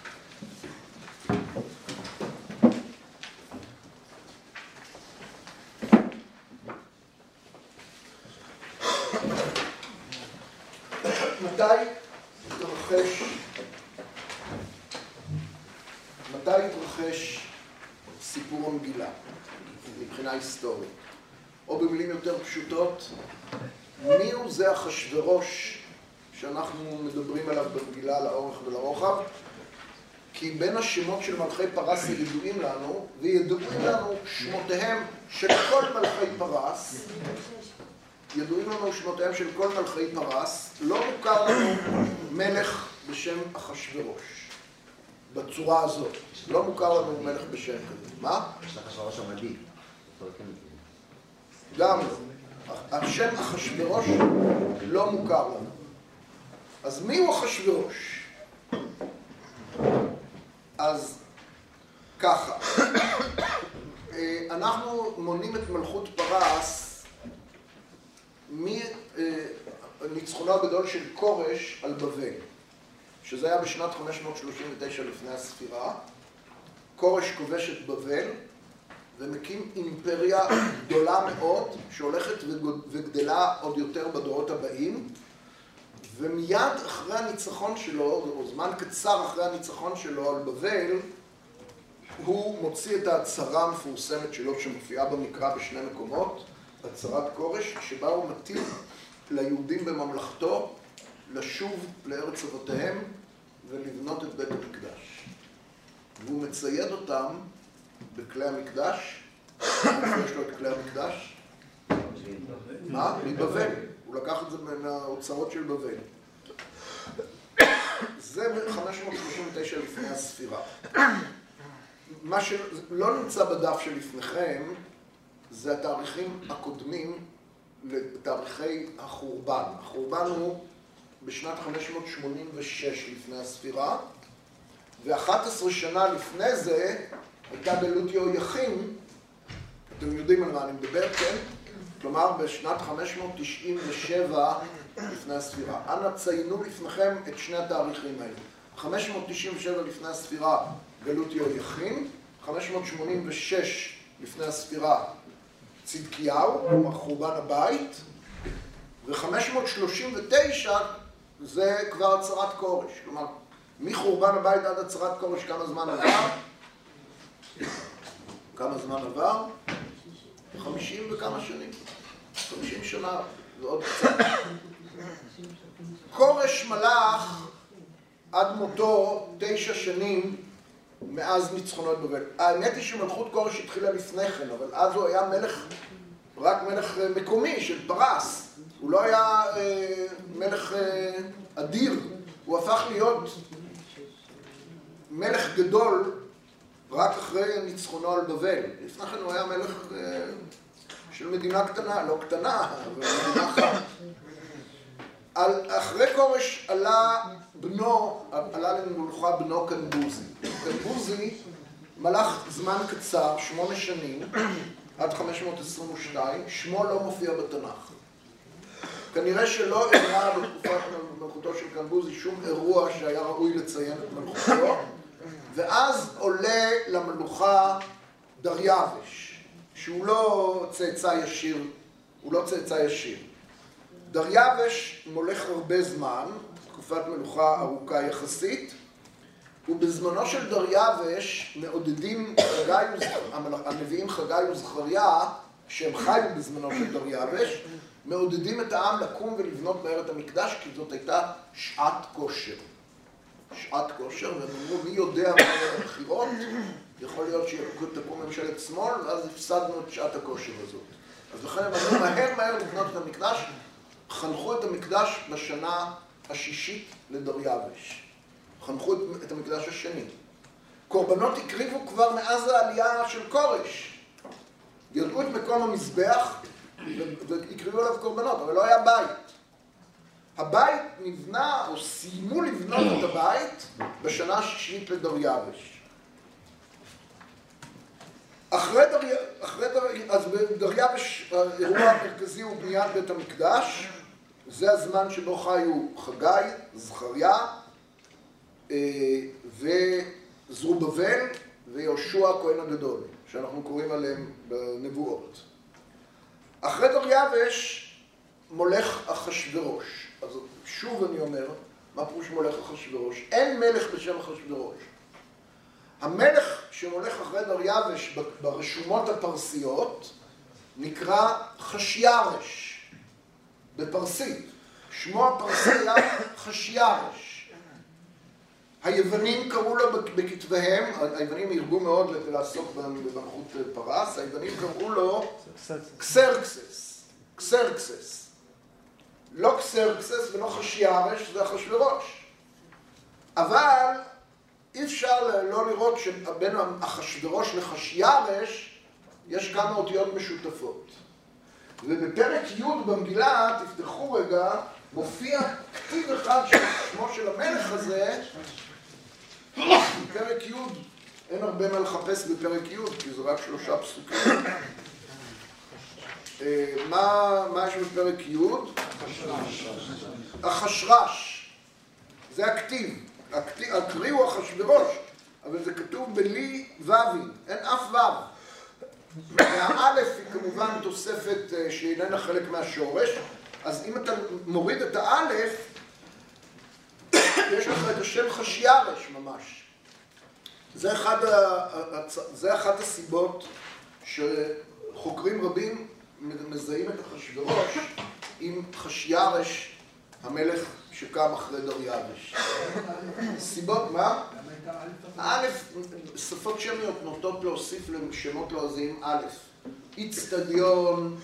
מתי התרחש מתי התרחש סיפור המגילה מבחינה היסטורית, או במילים יותר פשוטות, מי הוא זה אחשוורוש שאנחנו מדברים עליו במגילה לאורך ולרוחב? כי בין השמות של מלכי פרס ידועים לנו, וידועים לנו שמותיהם של כל מלכי פרס, ידועים לנו שמותיהם של כל מלכי פרס, לא מוכר לנו מלך בשם אחשוורוש. בצורה הזאת. לא מוכר לנו מלך בשם כזה. מה? יש לך אחשוורוש המדי. גם לא. השם אחשוורוש לא מוכר לנו. אז מי הוא אחשוורוש? אז ככה, אנחנו מונים את מלכות פרס מניצחונו הגדול של כורש על בבל, שזה היה בשנת חמש מאות שלושים ותשע לפני הספירה. כורש כובש את בבל ומקים אימפריה גדולה מאוד שהולכת וגדלה עוד יותר בדורות הבאים, ומיד אחרי הניצחון שלו, או זמן קצר אחרי הניצחון שלו על בבל, הוא מוציא את ההצהרה המפורסמת שלו שמופיעה במקרא בשני מקומות, הצהרת כורש, שבה הוא מטיל ליהודים בממלכתו לשוב לארץ אבותיהם ולבנות את בית המקדש. והוא מצייד אותם בכלי המקדש. איפה יש לו את כלי המקדש? מה? מבבל. הוא לקח את זה מהאוצרות של בבל. זה ב-חמש מאות שלושים ותשע לפני הספירה. מה שלא נמצא בדף שלפניכם זה התאריכים הקודמים לתאריכי החורבן. החורבן הוא בשנת חמש מאות שמונים ושש לפני הספירה, ו-אחת עשרה שנה לפני זה הייתה גלות יהויכין. אתם יודעים על מה אני מדבר, כן? כלומר, בשנת חמש מאות תשעים ושבע לפני הספירה. אנא ציינו לפניכם את שני התאריכים האלה. חמש מאות תשעים ושבע לפני הספירה גלות יהויכין, חמש מאות שמונים ושש לפני הספירה צדקיהו, כלומר חורבן הבית, ו-חמש מאות שלושים ותשע זה כבר הצהרת כורש. כלומר, מחורבן הבית עד הצהרת כורש כמה זמן עבר? כמה זמן עבר? חמישים וכמה שנים. חמישים שנה, זה עוד קצת. כורש מלך עד מותו תשע שנים מאז ניצחונו את בבל. האמת היא שמלכות כורש התחילה לפני כן, אבל אז הוא היה מלך, רק מלך מקומי של פרס. הוא לא היה אה, מלך אה, אדיר. הוא הפך להיות מלך גדול רק אחרי ניצחונו על בבל. לפני כן הוא היה מלך אה, של מדינה קטנה, לא קטנה, אבל מדינה אחת. על, אחרי כורש עלה בנו, עלה למלוכה בנו קנבוזי. קנבוזי מלך זמן קצר, שמונה שנים, עד חמש מאות עשרים ושתיים, שמו לא מופיע בתנ"ך. כנראה שלא אירע בתקופת מלכותו של קנבוזי שום אירוע שהיה ראוי לציין את מלכותו, ואז עולה למלוכה דריווש, שהוא לא צאצא ישיר, הוא לא צאצא ישיר. דריווש מולך הרבה זמן, תקופת מלוכה ארוכה יחסית, ובזמנו של דריווש מעודדים חגי, הנביאים חגי וזכריה, שהם חיו בזמנו של דריווש, מעודדים את העם לקום ולבנות מהר את המקדש, כי זאת הייתה שעת כושר. שעת כושר, והם אמרו, מי יודע מה יהיה הבחירות? יכול להיות שתקום ממשלת שמאל, ואז הפסדנו את שעת הכושר הזאת. אז לכן הם אמרו, מהר מהר לבנות את המקדש, חנכו את המקדש בשנה השישית לדריווש. חנכו את המקדש השני. קורבנות הקריבו כבר מאז העלייה של כורש. ידעו את מקום המזבח והקריבו עליו קורבנות, אבל לא היה בית. הבית נבנה, או סיימו לבנות את הבית בשנה השישית לדריווש. אחרי דריווש, אז בדריווש האירוע המרכזי הוא בניית בית המקדש. זה הזמן שבו חיו חגי, זכריה, וזרובבל ויהושע הכהן הגדול, שאנחנו קוראים עליהם בנבואות. אחרי דריווש מולך אחשוורוש. אז שוב אני אומר, מה פירוש מולך אחשוורוש? אין מלך בשם אחשוורוש. המלך שמולך אחרי דריווש ברשומות הפרסיות נקרא חשיירש בפרסית. שמו הפרסי היה חשיירש. היוונים קראו לו בכתביהם, היוונים ירבו מאוד לעסוק במלכות פרס, היוונים קראו לו קסרקסס. קסרקסס. לא קסרקסס ולא חשיירש, זה אחשוורוש. אבל אי אפשר לא לראות שבין אחשוורוש לחשיירש יש כמה אותיות משותפות. ובפרק י' במגילה, תפתחו רגע, מופיע כתיב אחד של שמו של המלך הזה. בפרק י' אין הרבה מה לחפש בפרק י', כי זה רק שלושה פסוקים. מה, מה יש בפרק י'? החשרש. זה הכתיב. הקריא הוא אחשוורוש, אבל זה כתוב בלי ו"ים, אין אף ו"ו. והאלף היא כמובן תוספת שאיננה חלק מהשורש, אז אם אתה מוריד את האלף, יש לך את השם חשיירש ממש. זה, אחד ה... זה אחת הסיבות שחוקרים רבים מזהים את אחשוורוש עם חשיירש, המלך שקם אחרי דריווש. סיבות מה? האלף, שפות שמיות נוטות להוסיף לשמות לועזיים א', איצטדיון,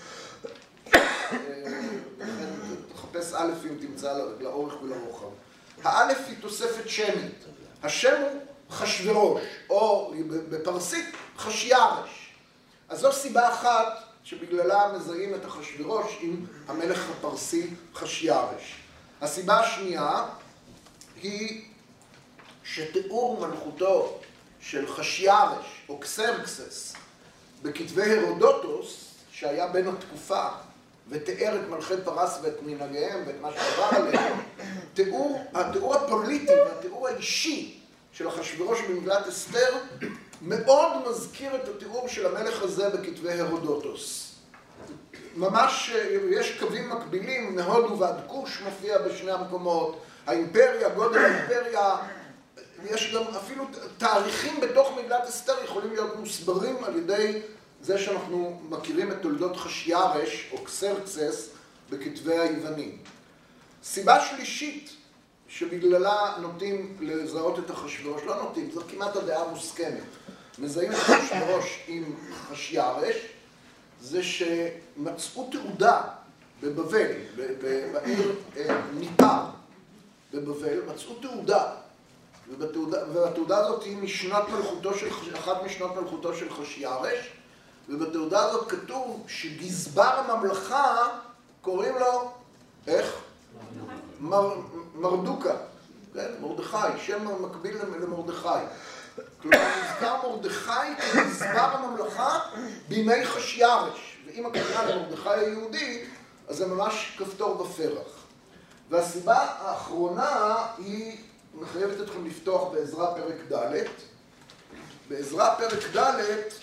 תחפש א' אם תמצא לאורך ולרוחב. האלף היא תוספת שמית. השם הוא חשוורוש, או בפרסית חשיירש. אז זו סיבה אחת שבגללה מזהים את אחשוורוש עם המלך הפרסי חשיירש. הסיבה השנייה היא שתיאור מלכותו של חשיירש או קסרקסס בכתבי הרודוטוס, שהיה בין התקופה ותיאר את מלכי פרס ואת מנהגיהם ואת מה שעבר עליהם, תיאור, התיאור הפוליטי והתיאור האישי של אחשוורוש במגילת אסתר מאוד מזכיר את התיאור של המלך הזה בכתבי הרודוטוס. ממש יש קווים מקבילים, מהודו ועד כוש מופיע בשני המקומות, האימפריה, גודל האימפריה, יש גם אפילו תאריכים בתוך מגילת אסתר יכולים להיות מוסברים על ידי זה שאנחנו מכירים את תולדות חשיירש או קסרקסס בכתבי היוונים. סיבה שלישית שבגללה נוטים לזהות את אחשוורוש, לא נוטים, זו כמעט הדעה מוסכמת, מזהים את אחשוורוש עם חשיירש, זה שמצאו תעודה בבבל, בעיר ניפר בבבל, מצאו תעודה, והתעודה הזאת היא משנת מלכותו של, אחת משנות מלכותו של חשיירש, ובתעודה הזאת כתוב שגזבר הממלכה קוראים לו, איך? מר, מרדוקה, כן? מרדכי, שם מקביל למרדכי. כלומר, נזכר מרדכי כגזבר הממלכה בימי חשיירש. ואם הכוונה למרדכי היהודי, אז זה ממש כפתור בפרח. והסיבה האחרונה היא, מחייבת אתכם לפתוח בעזרא פרק ד'. בעזרא פרק ד'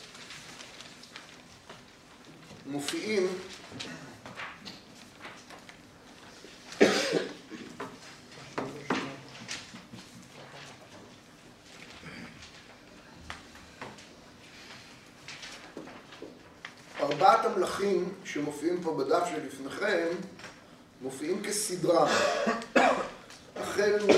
מופיעים ארבעת המלכים שמופיעים פה בדף שלפניכם, מופיעים כסדרה. החל מ...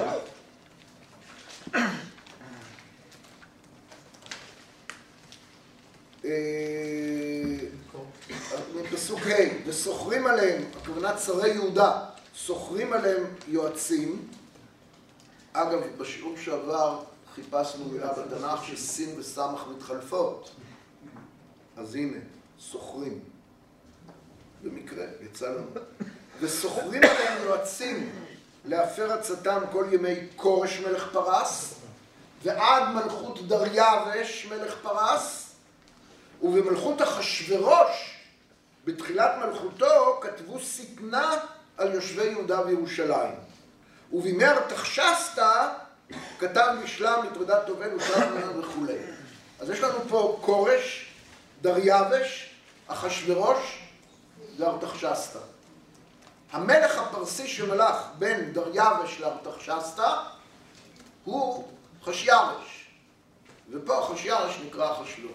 מפסוק ה' וסוחרים עליהם, הכוונה צרי יהודה, סוחרים עליהם יועצים. אגב, בשיעור שעבר חיפשנו מילה בתנ"ך שסין וסמך מתחלפות. אז הנה, סוחרים. במקרה, יצא לנו. וסוחרים עליהם יועצים להפר עצתם כל ימי כורש מלך פרס, ועד מלכות דריווש מלך פרס, ובמלכות אחשוורוש, בתחילת מלכותו, כתבו שטנה על יושבי יהודה וירושלים. ובימי ארתחשסתא כתב משלם לטרדת טובל ושלם וכו'. אז יש לנו פה כורש, דריווש, אחשוורוש וארתחשסתא. המלך הפרסי שמלך בין דריווש לארתחשסתא הוא חשיירש. ופה חשיירש נקרא אחשוורוש.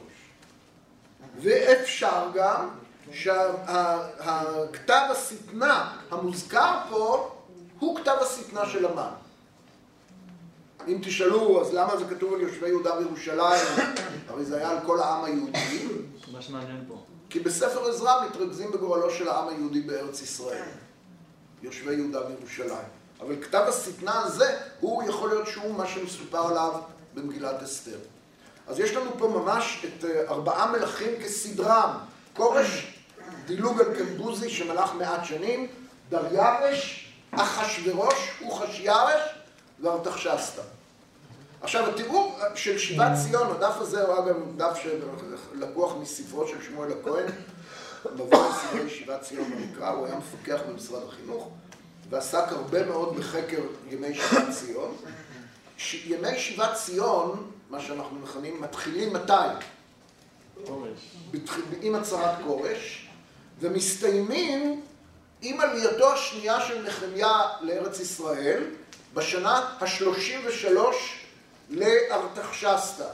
ואפשר גם שהכתב השטנה המוזכר פה הוא כתב השטנה של המן. אם תשאלו, אז למה זה כתוב על יושבי יהודה וירושלים? הרי זה היה על כל העם היהודי. ממש מעניין פה. כי בספר עזרא מתרכזים בגורלו של העם היהודי בארץ ישראל. יושבי יהודה וירושלים. אבל כתב השטנה הזה, הוא יכול להיות שהוא מה שמסופר עליו במגילת אסתר. אז יש לנו פה ממש את ארבעה מלכים כסדרם. כורש, דילוג על קנבוזי שמלך מעט שנים, דריווש, אחשוורוש וחשיירש וארתחשסתא. עכשיו, התיאור של שיבת ציון, הדף הזה הוא אגב דף שלקוח מספרו של שמואל הכהן, מבוא לספרי שיבת ציון במקרא, הוא היה מפקח במשרד החינוך, ועסק הרבה מאוד בחקר ימי שיבת ציון. ש... ימי שיבת ציון, מה שאנחנו מכנים, מתחילים מתי? כורש. בתח... עם הצהרת כורש, ומסתיימים עם עלייתו השנייה של נחמיה לארץ ישראל, בשנה ה-שלושים ושלוש לארתחשסתא.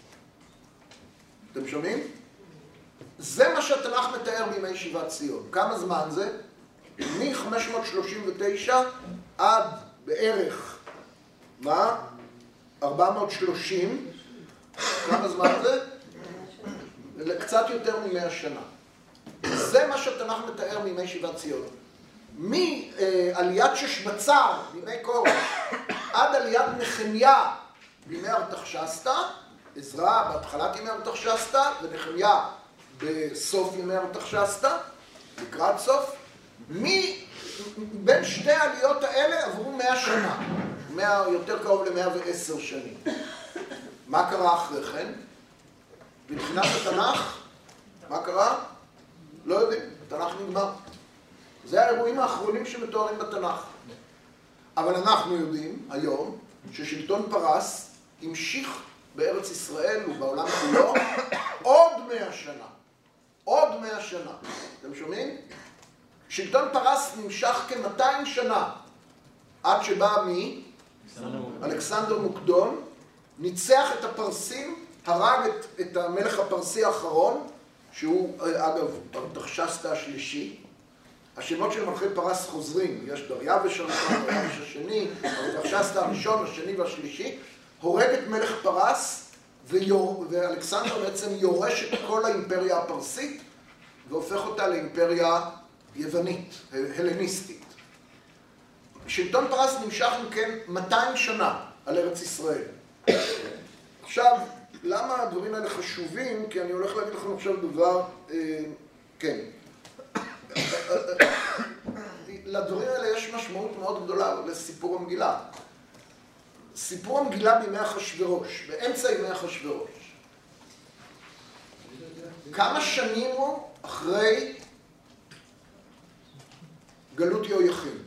אתם שומעים? זה מה שהתנ"ך מתאר בימי שיבת ציון. כמה זמן זה? מ-חמש מאות שלושים ותשע עד בערך, מה? ארבע מאות ושלושים. כמה זמן זה? קצת יותר ממאה שנה. זה מה שהתנ"ך מתאר בימי שיבת ציון. מעליית ששבצר בימי כורש עד עליית נחמיה בימי ארתחשסתא, עזרא בהתחלת ימי ארתחשסתא ונחמיה בסוף ימי ארתחשסתא, לקראת סוף, בין שתי העליות האלה עברו מאה שנה, מאה, יותר קרוב ל-מאה ועשר שנים. מה קרה אחרי כן? מבחינת התנ"ך, מה קרה? לא יודעים, התנ"ך נגמר. זה האירועים האחרונים שמתוארים בתנ"ך. אבל אנחנו יודעים היום ששלטון פרס המשיך בארץ ישראל ובעולם כולו עוד מאה שנה. עוד מאה שנה. אתם שומעים? שלטון פרס נמשך כ-מאתיים שנה, עד שבא מי? אלכסנדר מוקדון, ניצח את הפרסים, הרג את, את המלך הפרסי האחרון, שהוא אגב ארתחשסתא השלישי. השמות של מלכי פרס חוזרים, יש דריווש הראשון, דריווש השני, ארתחשסתא הראשון, השני והשלישי, הורג את מלך פרס, ויור... ואלכסנדר בעצם יורש את כל האימפריה הפרסית, והופך אותה לאימפריה יוונית, הלניסטית. שלטון פרס נמשך אם כן מאתיים שנה על ארץ ישראל. עכשיו, למה הדברים האלה חשובים? כי אני הולך להגיד לכם עכשיו דבר, אה, כן. לדברים האלה יש משמעות מאוד גדולה לסיפור המגילה. סיפור המגילה בימי אחשוורוש, באמצע ימי אחשוורוש. כמה שנים הוא אחרי גלות יהויכין?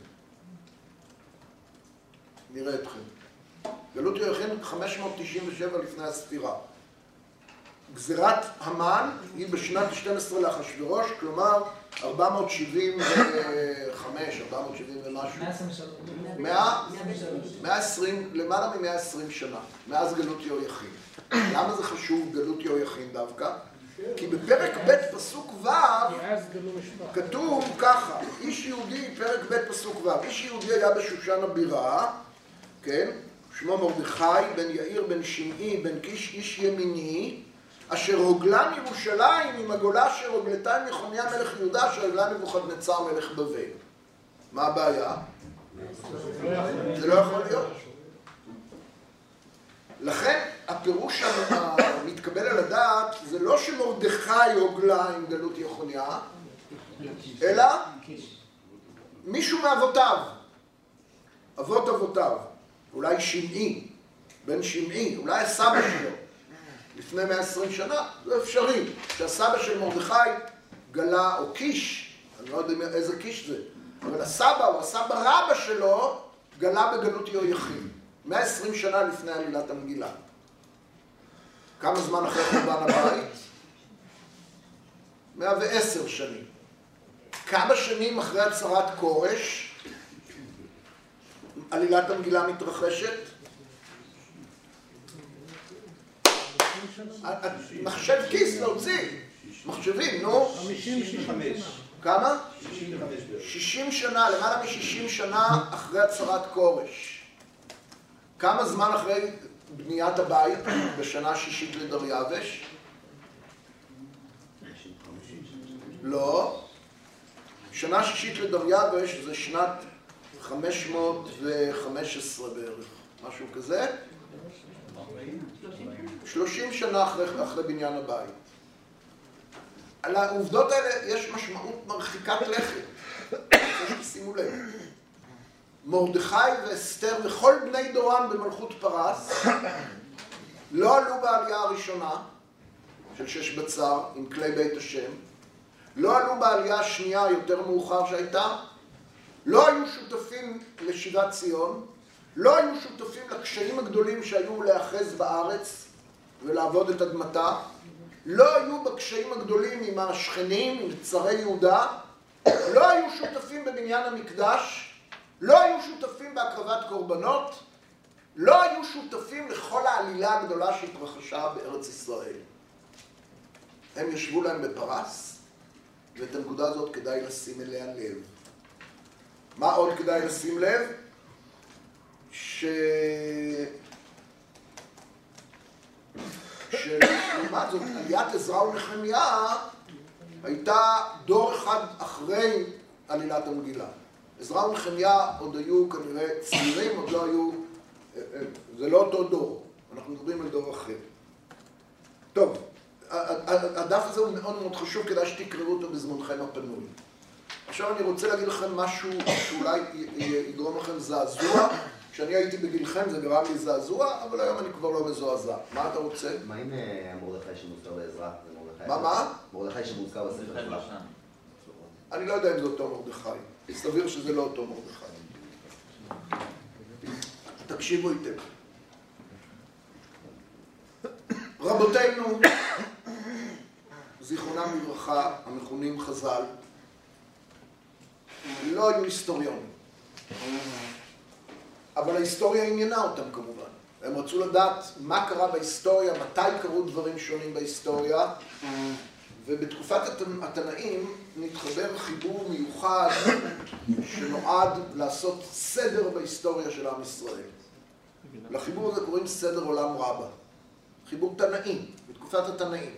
נראה אתכם. גלות יהויכין חמש מאות תשעים ושבע לפני הספירה. גזירת המן היא בשנת שתים עשרה לאחשוורוש, כלומר ארבע מאות שבעים וחמש, ארבע מאות שבעים ומשהו. מאה ועשרים, למעלה מ-מאה ועשרים שנה, מאז גלות יהויכין. למה זה חשוב גלות יהויכין דווקא? כי בפרק ב' פסוק ו' כתוב ככה, איש יהודי, פרק ב' פסוק ו', איש יהודי היה בשושן הבירה, כן? שמו מרדכי, בן יאיר, בן שמעי, בן קיש, איש ימיני, אשר הוגלה מירושלים עם הגולה אשר הוגלתה עם יחוניה מלך יהודה, אשר הוגלה נבוכדנצר מלך בבל. מה הבעיה? זה לא יכול להיות. לכן הפירוש המתקבל על הדעת זה לא שמרדכי הוגלה עם גלות יחוניה, אלא מישהו מאבותיו, אבות אבותיו, אולי שמעי, בן שמעי, אולי הסבא שלו, לפני מאה ועשרים שנה, זה אפשרי, שהסבא של מרדכי גלה, או קיש, אני לא יודע איזה קיש זה, אבל הסבא או הסבא רבא שלו גלה בגלות יהויכין, מאה ועשרים שנה לפני עלילת המגילה. כמה זמן אחרי חורבן הבית? מאה ועשר שנים. כמה שנים אחרי הצהרת כורש עלילת המגילה מתרחשת? מחשב כיס להוציא, מחשבים, נו? שישים וחמש. כמה? שישים וחמש. שישים שנה, למעלה מ-שישים שנה אחרי הצהרת כורש. כמה זמן אחרי בניית הבית בשנה השישית לדריווש? לא. שנה שישית לדריווש זה שנת חמש מאות וחמש עשרה בערך, משהו כזה. שלושים שנה אחרי, אחרי בניין הבית. על העובדות האלה יש משמעות מרחיקת לכת. שימו לב. מרדכי ואסתר וכל בני דורם במלכות פרס לא עלו בעלייה הראשונה של שש בצר עם כלי בית השם, לא עלו בעלייה השנייה יותר מאוחר שהייתה, לא היו שותפים לשיבת ציון, לא היו שותפים לקשיים הגדולים שהיו להאחז בארץ ולעבוד את אדמתה, לא היו בקשיים הגדולים עם השכנים, עם צרי יהודה, לא היו שותפים בבניין המקדש, לא היו שותפים בהקרבת קורבנות, לא היו שותפים לכל העלילה הגדולה שהתרחשה בארץ ישראל. הם ישבו להם בפרס, ואת הנקודה הזאת כדאי לשים אליה לב. מה עוד כדאי לשים לב? ש... שלעומת זאת, עליית עזרא ונחמיה הייתה דור אחד אחרי עלילת המגילה. עזרא ונחמיה עוד היו כנראה צעירים, עוד לא היו... זה לא אותו דור, אנחנו מדברים על דור אחר. טוב, הדף הזה הוא מאוד מאוד חשוב, כדאי שתקראו אותו בזמנכם הפנוי. עכשיו אני רוצה להגיד לכם משהו שאולי יגרום לכם זעזוע. כשאני הייתי בגילכם זה גרם לי זעזוע, אבל היום אני כבר לא מזועזע. מה אתה רוצה? מה עם מרדכי שמוזכר בעזרא? מה, מה? מרדכי שמוזכר בספר שלך. אני לא יודע אם זה אותו מרדכי. סביר שזה לא אותו מרדכי. תקשיבו היטב. רבותינו, זיכרונם לברכה, המכונים חז"ל, לא היו היסטוריונים. אבל ההיסטוריה עניינה אותם כמובן. הם רצו לדעת מה קרה בהיסטוריה, מתי קרו דברים שונים בהיסטוריה, ובתקופת התנאים נתחבר חיבור מיוחד שנועד לעשות סדר בהיסטוריה של עם ישראל. לחיבור הזה קוראים סדר עולם רבה. חיבור תנאים, בתקופת התנאים.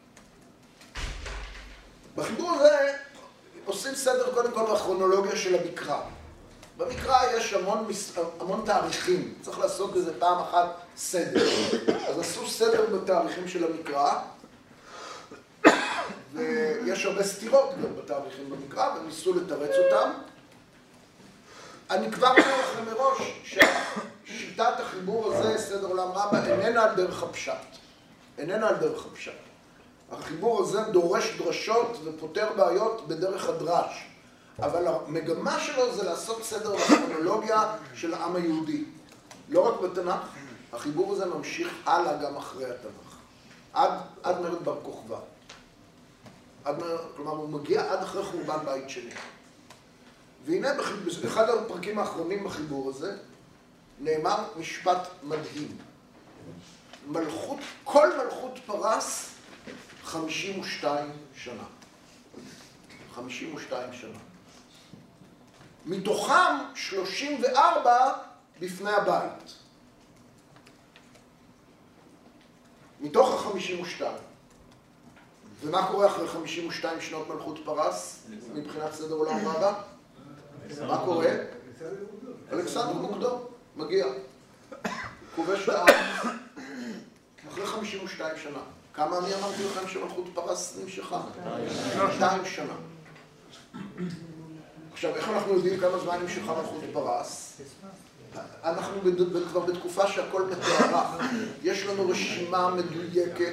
בחיבור הזה עושים סדר קודם כל בכרונולוגיה של המקרא. במקרא יש המון, המון תאריכים, צריך לעשות בזה פעם אחת סדר. אז עשו סדר בתאריכים של המקרא, ויש הרבה סתירות גם בתאריכים במקרא, וניסו לתרץ אותם. אני כבר אומר לכם מראש ששיטת החיבור הזה, סדר עולם רבה, איננה על דרך הפשט. איננה על דרך הפשט. החיבור הזה דורש דרשות ופותר בעיות בדרך הדרש. אבל המגמה שלו זה לעשות סדר בכרונולוגיה של העם היהודי. לא רק בתנ"ך, החיבור הזה ממשיך הלאה גם אחרי התנ"ך. עד, עד מרד בר כוכבא. עד, כלומר, הוא מגיע עד אחרי חורבן בית שני. והנה, באחד הפרקים האחרונים בחיבור הזה, נאמר משפט מדהים. מלכות, כל מלכות פרס חמישים ושתיים שנה. חמישים ושתיים שנה. מתוכם שלושים וארבע בפני הבית. מתוך ה-חמישים ושתיים. ומה קורה אחרי חמישים ושתיים שנות מלכות פרס, מבחינת סדר עולם רבה? מה קורה? אלכסנדר מוקדון מגיע. כובש את הארץ. אחרי חמישים ושתיים שנה. כמה אני אמרתי לכם שמלכות פרס נמשכה? מאתיים שנה. עכשיו, איך אנחנו יודעים כמה זמן נמשכה מלכות פרס? אנחנו כבר בתקופה שהכל מתוארך. יש לנו רשימה מדויקת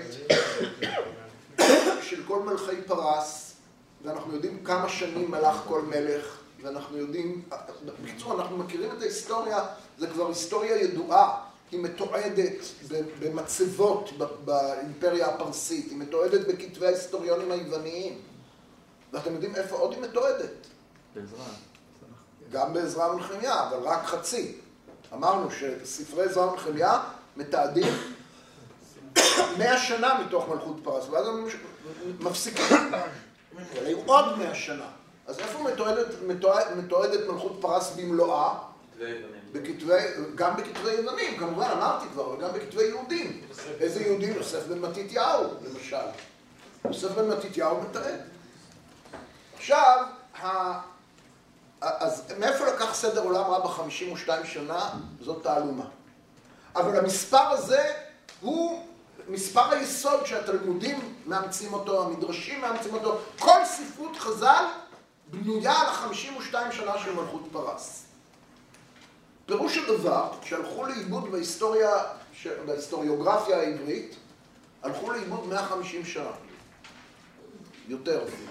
של כל מלכי פרס, ואנחנו יודעים כמה שנים מלך כל מלך, ואנחנו יודעים, בקיצור, אנחנו מכירים את ההיסטוריה, זה כבר היסטוריה ידועה, היא מתועדת במצבות באימפריה הפרסית, היא מתועדת בכתבי ההיסטוריונים היווניים, ואתם יודעים איפה עוד היא מתועדת? בעזרא. גם בעזרא ונחמיה, אבל רק חצי. אמרנו שספרי עזרא ונחמיה מתעדים מאה שנה מתוך מלכות פרס, ואז הם מפסיקים. אבל היו עוד מאה שנה. אז איפה מתועדת, מתועד, מתועדת מלכות פרס במלואה? בכתבי, גם בכתבי יוונים, כמובן אמרתי כבר, אבל גם בכתבי יהודים. איזה יהודים? יוסף בן מתתיהו, למשל. יוסף בן מתתיהו מתעד. עכשיו, ה... אז מאיפה לקח סדר עולם רב ב-חמישים ושתיים שנה? זאת תעלומה. אבל המספר הזה הוא מספר היסוד שהתלמודים מאמצים אותו, המדרשים מאמצים אותו. כל ספרות חז"ל בנויה על ה-חמישים ושתיים שנה של מלכות פרס. פירוש הדבר שהלכו לאיבוד בהיסטוריה, בהיסטוריוגרפיה העברית, הלכו לאיבוד מאה וחמישים שנה. יותר אפילו.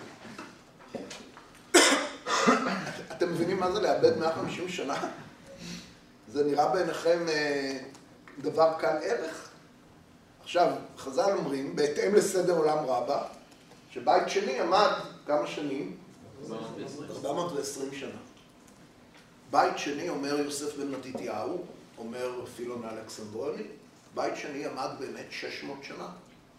אתם מבינים מה זה לאבד מאה וחמישים שנה? זה נראה בעיניכם דבר קל ערך? עכשיו, חז"ל אומרים, בהתאם לסדר עולם רבה, שבית שני עמד כמה שנים? ארבע מאות ועשרים שנה. בית שני, אומר יוסף בן מתתיהו, אומר פילון האלכסנדרוני, בית שני עמד באמת שש מאות שנה.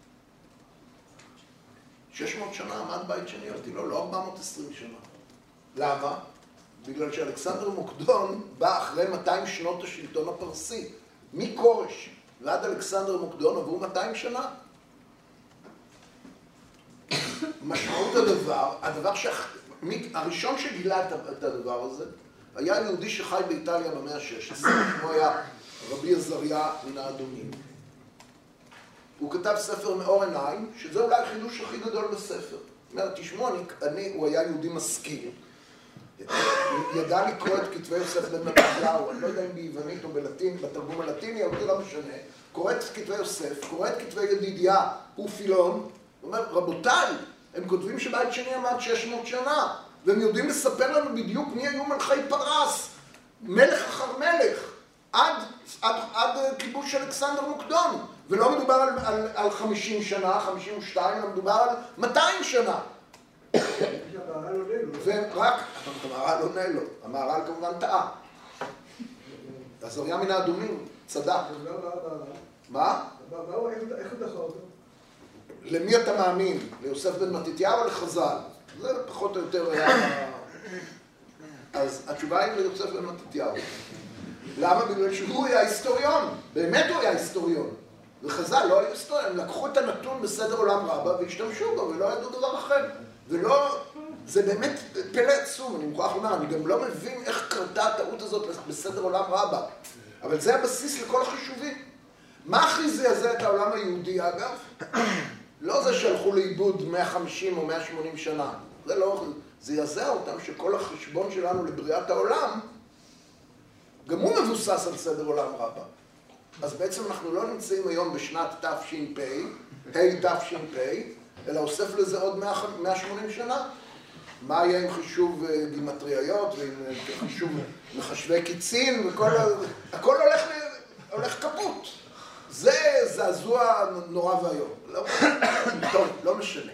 שש מאות שנה עמד בית שני, אמרתי לו, לא ארבע מאות ועשרים שנה. למה? בגלל שאלכסנדר מוקדון בא אחרי מאתיים שנות השלטון הפרסי. מכורש ועד אלכסנדר מוקדון עברו מאתיים שנה. משמעות הדבר, הדבר שהח... הראשון שגילה את הדבר הזה, היה יהודי שחי באיטליה במאה ה-שש עשרה, כמו היה רבי עזריה מן האדומים. הוא כתב ספר מאור עיניים, שזה אולי החידוש הכי גדול בספר. זאת אומרת, תשמעו, אני, אני, הוא היה יהודי משכיל. ידע לקרוא את כתבי יוסף בן מתתיהו, אני לא יודע אם ביוונית או בלטין, בתרגום הלטיני, אבל זה לא משנה. קורא את כתבי יוסף, קורא את כתבי ידידיה, הוא פילון, הוא אומר, רבותיי, הם כותבים שבית שני עמד שש מאות שנה, והם יודעים לספר לנו בדיוק מי היו מלכי פרס, מלך אחר מלך, עד, עד, עד כיבוש אלכסנדר מוקדון, ולא מדובר על, על, על חמישים שנה, חמישים ושתיים, אלא מדובר על מאתיים שנה. ורק, המהר"ל לא עונה לו, המהר"ל כמובן טעה. עזריה מן האדומים, צדק. מה? איך הוא דחה אותו? למי אתה מאמין? ליוסף בן מתתיהו או לחז"ל? זה פחות או יותר היה... אז התשובה היא ליוסף בן מתתיהו. למה? בגלל שהוא היה היסטוריון. באמת הוא היה היסטוריון. וחז"ל לא היו היסטוריון. הם לקחו את הנתון בסדר עולם רבה והשתמשו בו ולא ידעו דבר אחר. ולא... זה באמת פלא עצום, אני מוכרח לומר. אני גם לא מבין איך קרתה הטעות הזאת בסדר עולם רבה. אבל זה הבסיס לכל החישובים. מה הכי זעזע את העולם היהודי, אגב? לא זה שהלכו לאיבוד מאה וחמישים או מאה ושמונים שנה. זה לא... זה יזע אותם שכל החשבון שלנו לבריאת העולם, גם הוא מבוסס על סדר עולם רבה. אז בעצם אנחנו לא נמצאים היום בשנת תש"פ, ה' תש"פ, אלא אוסף לזה עוד מאה ושמונים שנה. מה יהיה עם חישוב גימטריות ועם חישוב מחשבי קיצין וכל... הכל הולך, הולך כפות. זה זעזוע נורא והיום. לא, טוב, לא משנה.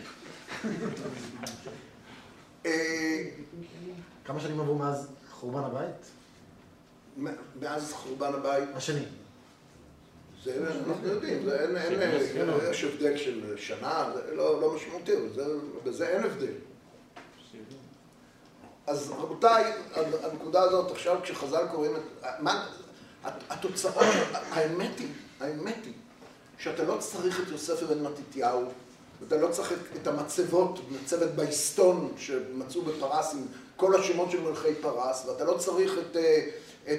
כמה שנים עברו מאז חורבן הבית? מאז חורבן הבית? השני. זה אנחנו יודעים, יש הבדל של שנה, זה לא משמעותי, בזה אין הבדל. אז רבותיי, הנקודה הזאת, עכשיו כשחז"ל קוראים את... התוצאות, האמת היא, האמת היא, שאתה לא צריך את יוסף אבן מתתיהו, ואתה לא צריך את המצבות, מצבת בהיסטון שמצאו בפרס עם כל השמות של מלכי פרס, ואתה לא צריך את... את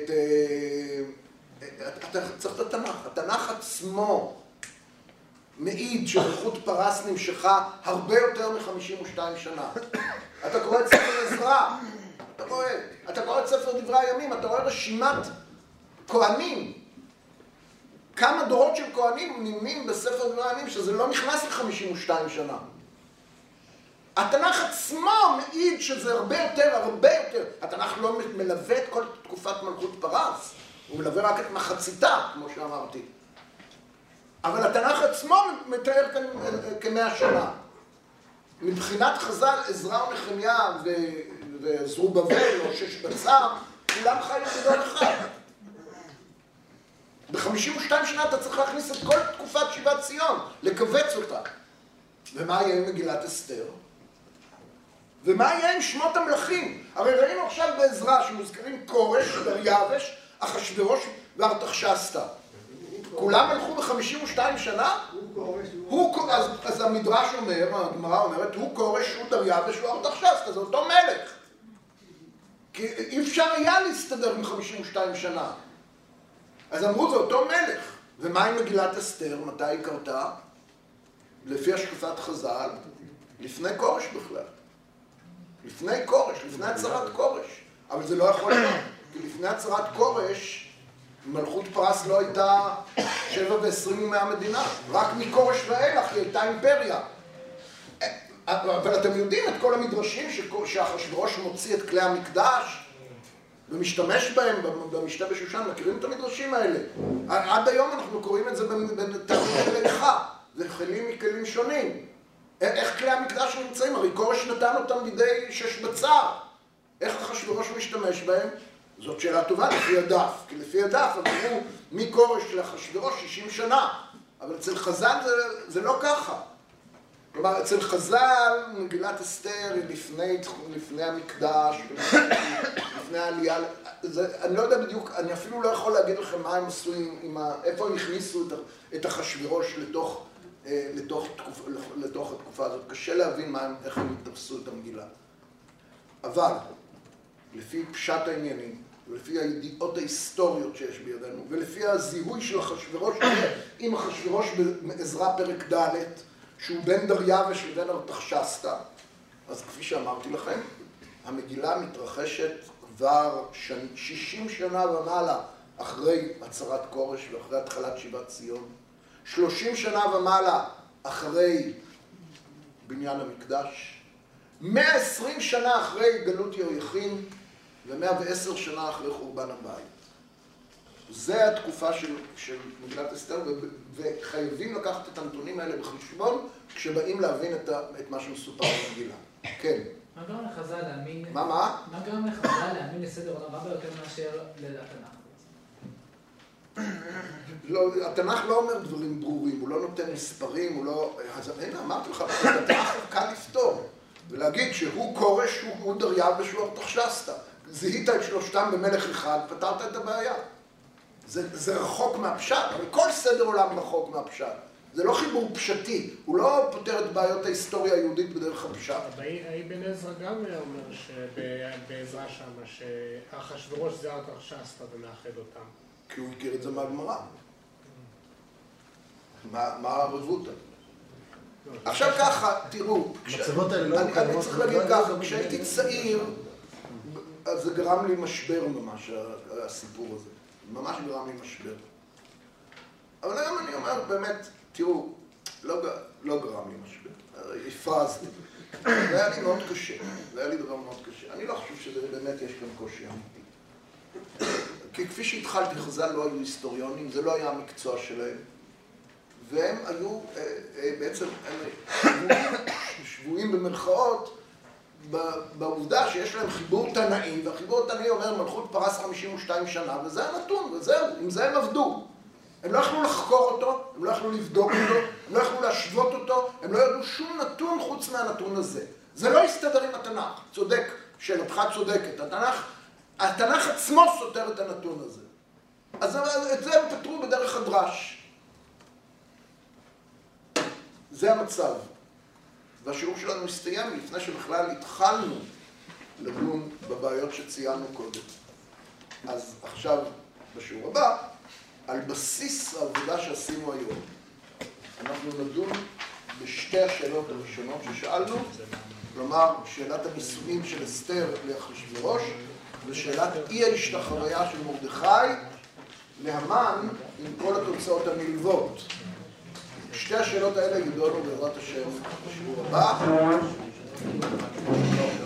אתה צריך את התנ"ך. התנ"ך עצמו מעיד שמלכות פרס נמשכה הרבה יותר מ-חמישים ושתיים שנה. אתה קורא את ספר עזרא, אתה רואה, אתה קורא את ספר דברי הימים, אתה רואה רשימת כהנים. כמה דורות של כהנים נמנים בספר דברי הימים שזה לא נכנס ל-חמישים ושתיים שנה. התנ"ך עצמו מעיד שזה הרבה יותר, הרבה יותר. התנ"ך לא מלווה את כל תקופת מלכות פרס, הוא מלווה רק את מחציתה, כמו שאמרתי. אבל התנ"ך עצמו מתאר כאן כמאה שנה. מבחינת חז"ל, עזרא ונחמיה וזרובבל או ששבצר, כולם חיו בדור אחד. ב-חמישים ושתיים שנה אתה צריך להכניס את כל תקופת שיבת ציון, לקבץ אותה. ומה יהיה עם מגילת אסתר? ומה יהיה עם שמות המלכים? הרי ראינו עכשיו בעזרא שמוזכרים כורש, דריווש, אחשוורוש וארתחשסתא. כולם הלכו ב-חמישים ושתיים שנה? הוא כורש, אז, אז המדרש אומר, הגמרא אומרת, הוא כורש, הוא דריווש, הוא ארתחשסתא, זה אותו מלך. כי אי אפשר היה להסתדר עם חמישים ושתיים שנה. אז אמרו, זה אותו מלך. ומה עם מגילת אסתר? מתי היא קרתה? לפי השקפת חז"ל, לפני כורש בכלל. לפני כורש, לפני הצהרת כורש. אבל זה לא יכול להיות, כי לפני הצהרת כורש, מלכות פרס לא הייתה שבע ועשרים ימי המדינה. רק מכורש ואילך היא הייתה אימפריה. אבל אתם יודעים את כל המדרשים שאחשוורוש מוציא את כלי המקדש, ומשתמש בהם במשתה בשושן, מכירים את המדרשים האלה. עד היום אנחנו קוראים את זה בתלמוד הלכה, זה כלים מכלים שונים. איך כלי המקדש נמצאים? הרי כורש נתן אותם בידי ששבצר. איך אחשוורוש משתמש בהם? זאת שאלה טובה לפי הדף, כי לפי הדף אמרו מכורש לאחשוורוש שישים שנה, אבל אצל חז"ל זה, זה לא ככה. כלומר, אצל חז"ל מגילת אסתר היא לפני, לפני המקדש, לפני העלייה, זה, אני לא יודע בדיוק, אני אפילו לא יכול להגיד לכם מה הם עשו, עם ה, איפה הם הכניסו את אחשוורוש לתוך, לתוך, תקופ, לתוך התקופה הזאת. קשה להבין מה הם, איך הם תפסו את המגילה. אבל, לפי פשט העניינים, ולפי הידיעות ההיסטוריות שיש בידינו, ולפי הזיהוי של אחשוורוש עם אחשוורוש בעזרא פרק ד', שהוא בין דריווש לבין ארתחשסתא, אז כפי שאמרתי לכם, המגילה מתרחשת כבר שישים שנה ומעלה אחרי הצהרת כורש ואחרי התחלת שיבת ציון, שלושים שנה ומעלה אחרי בניין המקדש, מאה ועשרים שנה אחרי גלות יהויכין ו-מאה ועשר שנה אחרי חורבן הבית. זה התקופה של, של מגילת אסתר, ו- וחייבים לקחת את הנתונים האלה בחשבון כשבאים להבין את, ה- את מה שמסופר במגילה. כן. מה גרם לחז"ל להאמין... מה, מה? מה גרם לחז"ל להאמין לסדר עולם רבה יותר מאשר לתנ"ך? לא, התנ"ך לא אומר דברים ברורים, הוא לא נותן מספרים, הוא לא... אז הנה, אמרתי לך, התנ"ך קל לפתור, ולהגיד שהוא כורש, הוא דריווש, הוא ארתחשסתא. זיהית את שלושתם במלך אחד, פתרת את הבעיה. זה, זה רחוק מהפשט, אבל כל סדר עולם רחוק מהפשט. זה לא חיבור פשטי, הוא לא פותר את בעיות ההיסטוריה היהודית בדרך הפשט. האבן עזרא גם אומר שבעזרא שמה, שאחשוורוש זה ארתחשסתא ומאחד אותם. כי הוא הכיר את זה מהגמרא. מה הרבותא? עכשיו ככה, תראו, אני צריך להגיד ככה, כשהייתי צעיר, אז זה גרם לי משבר ממש, הסיפור הזה. ממש גרם לי משבר. אבל היום אני אומר, באמת, תראו, לא, לא גרם לי משבר. הפרזתי. זה היה לי מאוד קשה. זה היה לי דבר מאוד קשה. אני לא חושב שבאמת יש כאן קושי אמיתי. כי כפי שהתחלתי, חז"ל לא היו היסטוריונים, זה לא היה המקצוע שלהם. והם היו, בעצם, הם היו שבויים במרכאות, בעובדה שיש להם חיבור תנאי, והחיבור תנאי אומר מלכות פרס חמישים ושתיים שנה, וזה הנתון, וזהו, עם זה הם עבדו. הם לא יכלו לחקור אותו, הם לא יכלו לבדוק אותו, הם לא יכלו להשוות אותו, הם לא ידעו שום נתון חוץ מהנתון הזה. זה לא יסתדר עם התנ"ך, צודק, שאלתך צודקת. התנ"ך, התנ"ך עצמו סותר את הנתון הזה. אז את זה הם פתרו בדרך הדרש. זה המצב. והשיעור שלנו מסתיים לפני שבכלל התחלנו לדון בבעיות שציינו קודם. אז עכשיו, בשיעור הבא, על בסיס העבודה שעשינו היום, אנחנו נדון בשתי השאלות הראשונות ששאלנו, כלומר, שאלת הנישואים של אסתר לאחשוורוש, ושאלת אי ההשתחוויה של מרדכי להמן עם כל התוצאות הנלוות. שתי השאלות האלה יידונו בעזרת השם בשיעור הבא.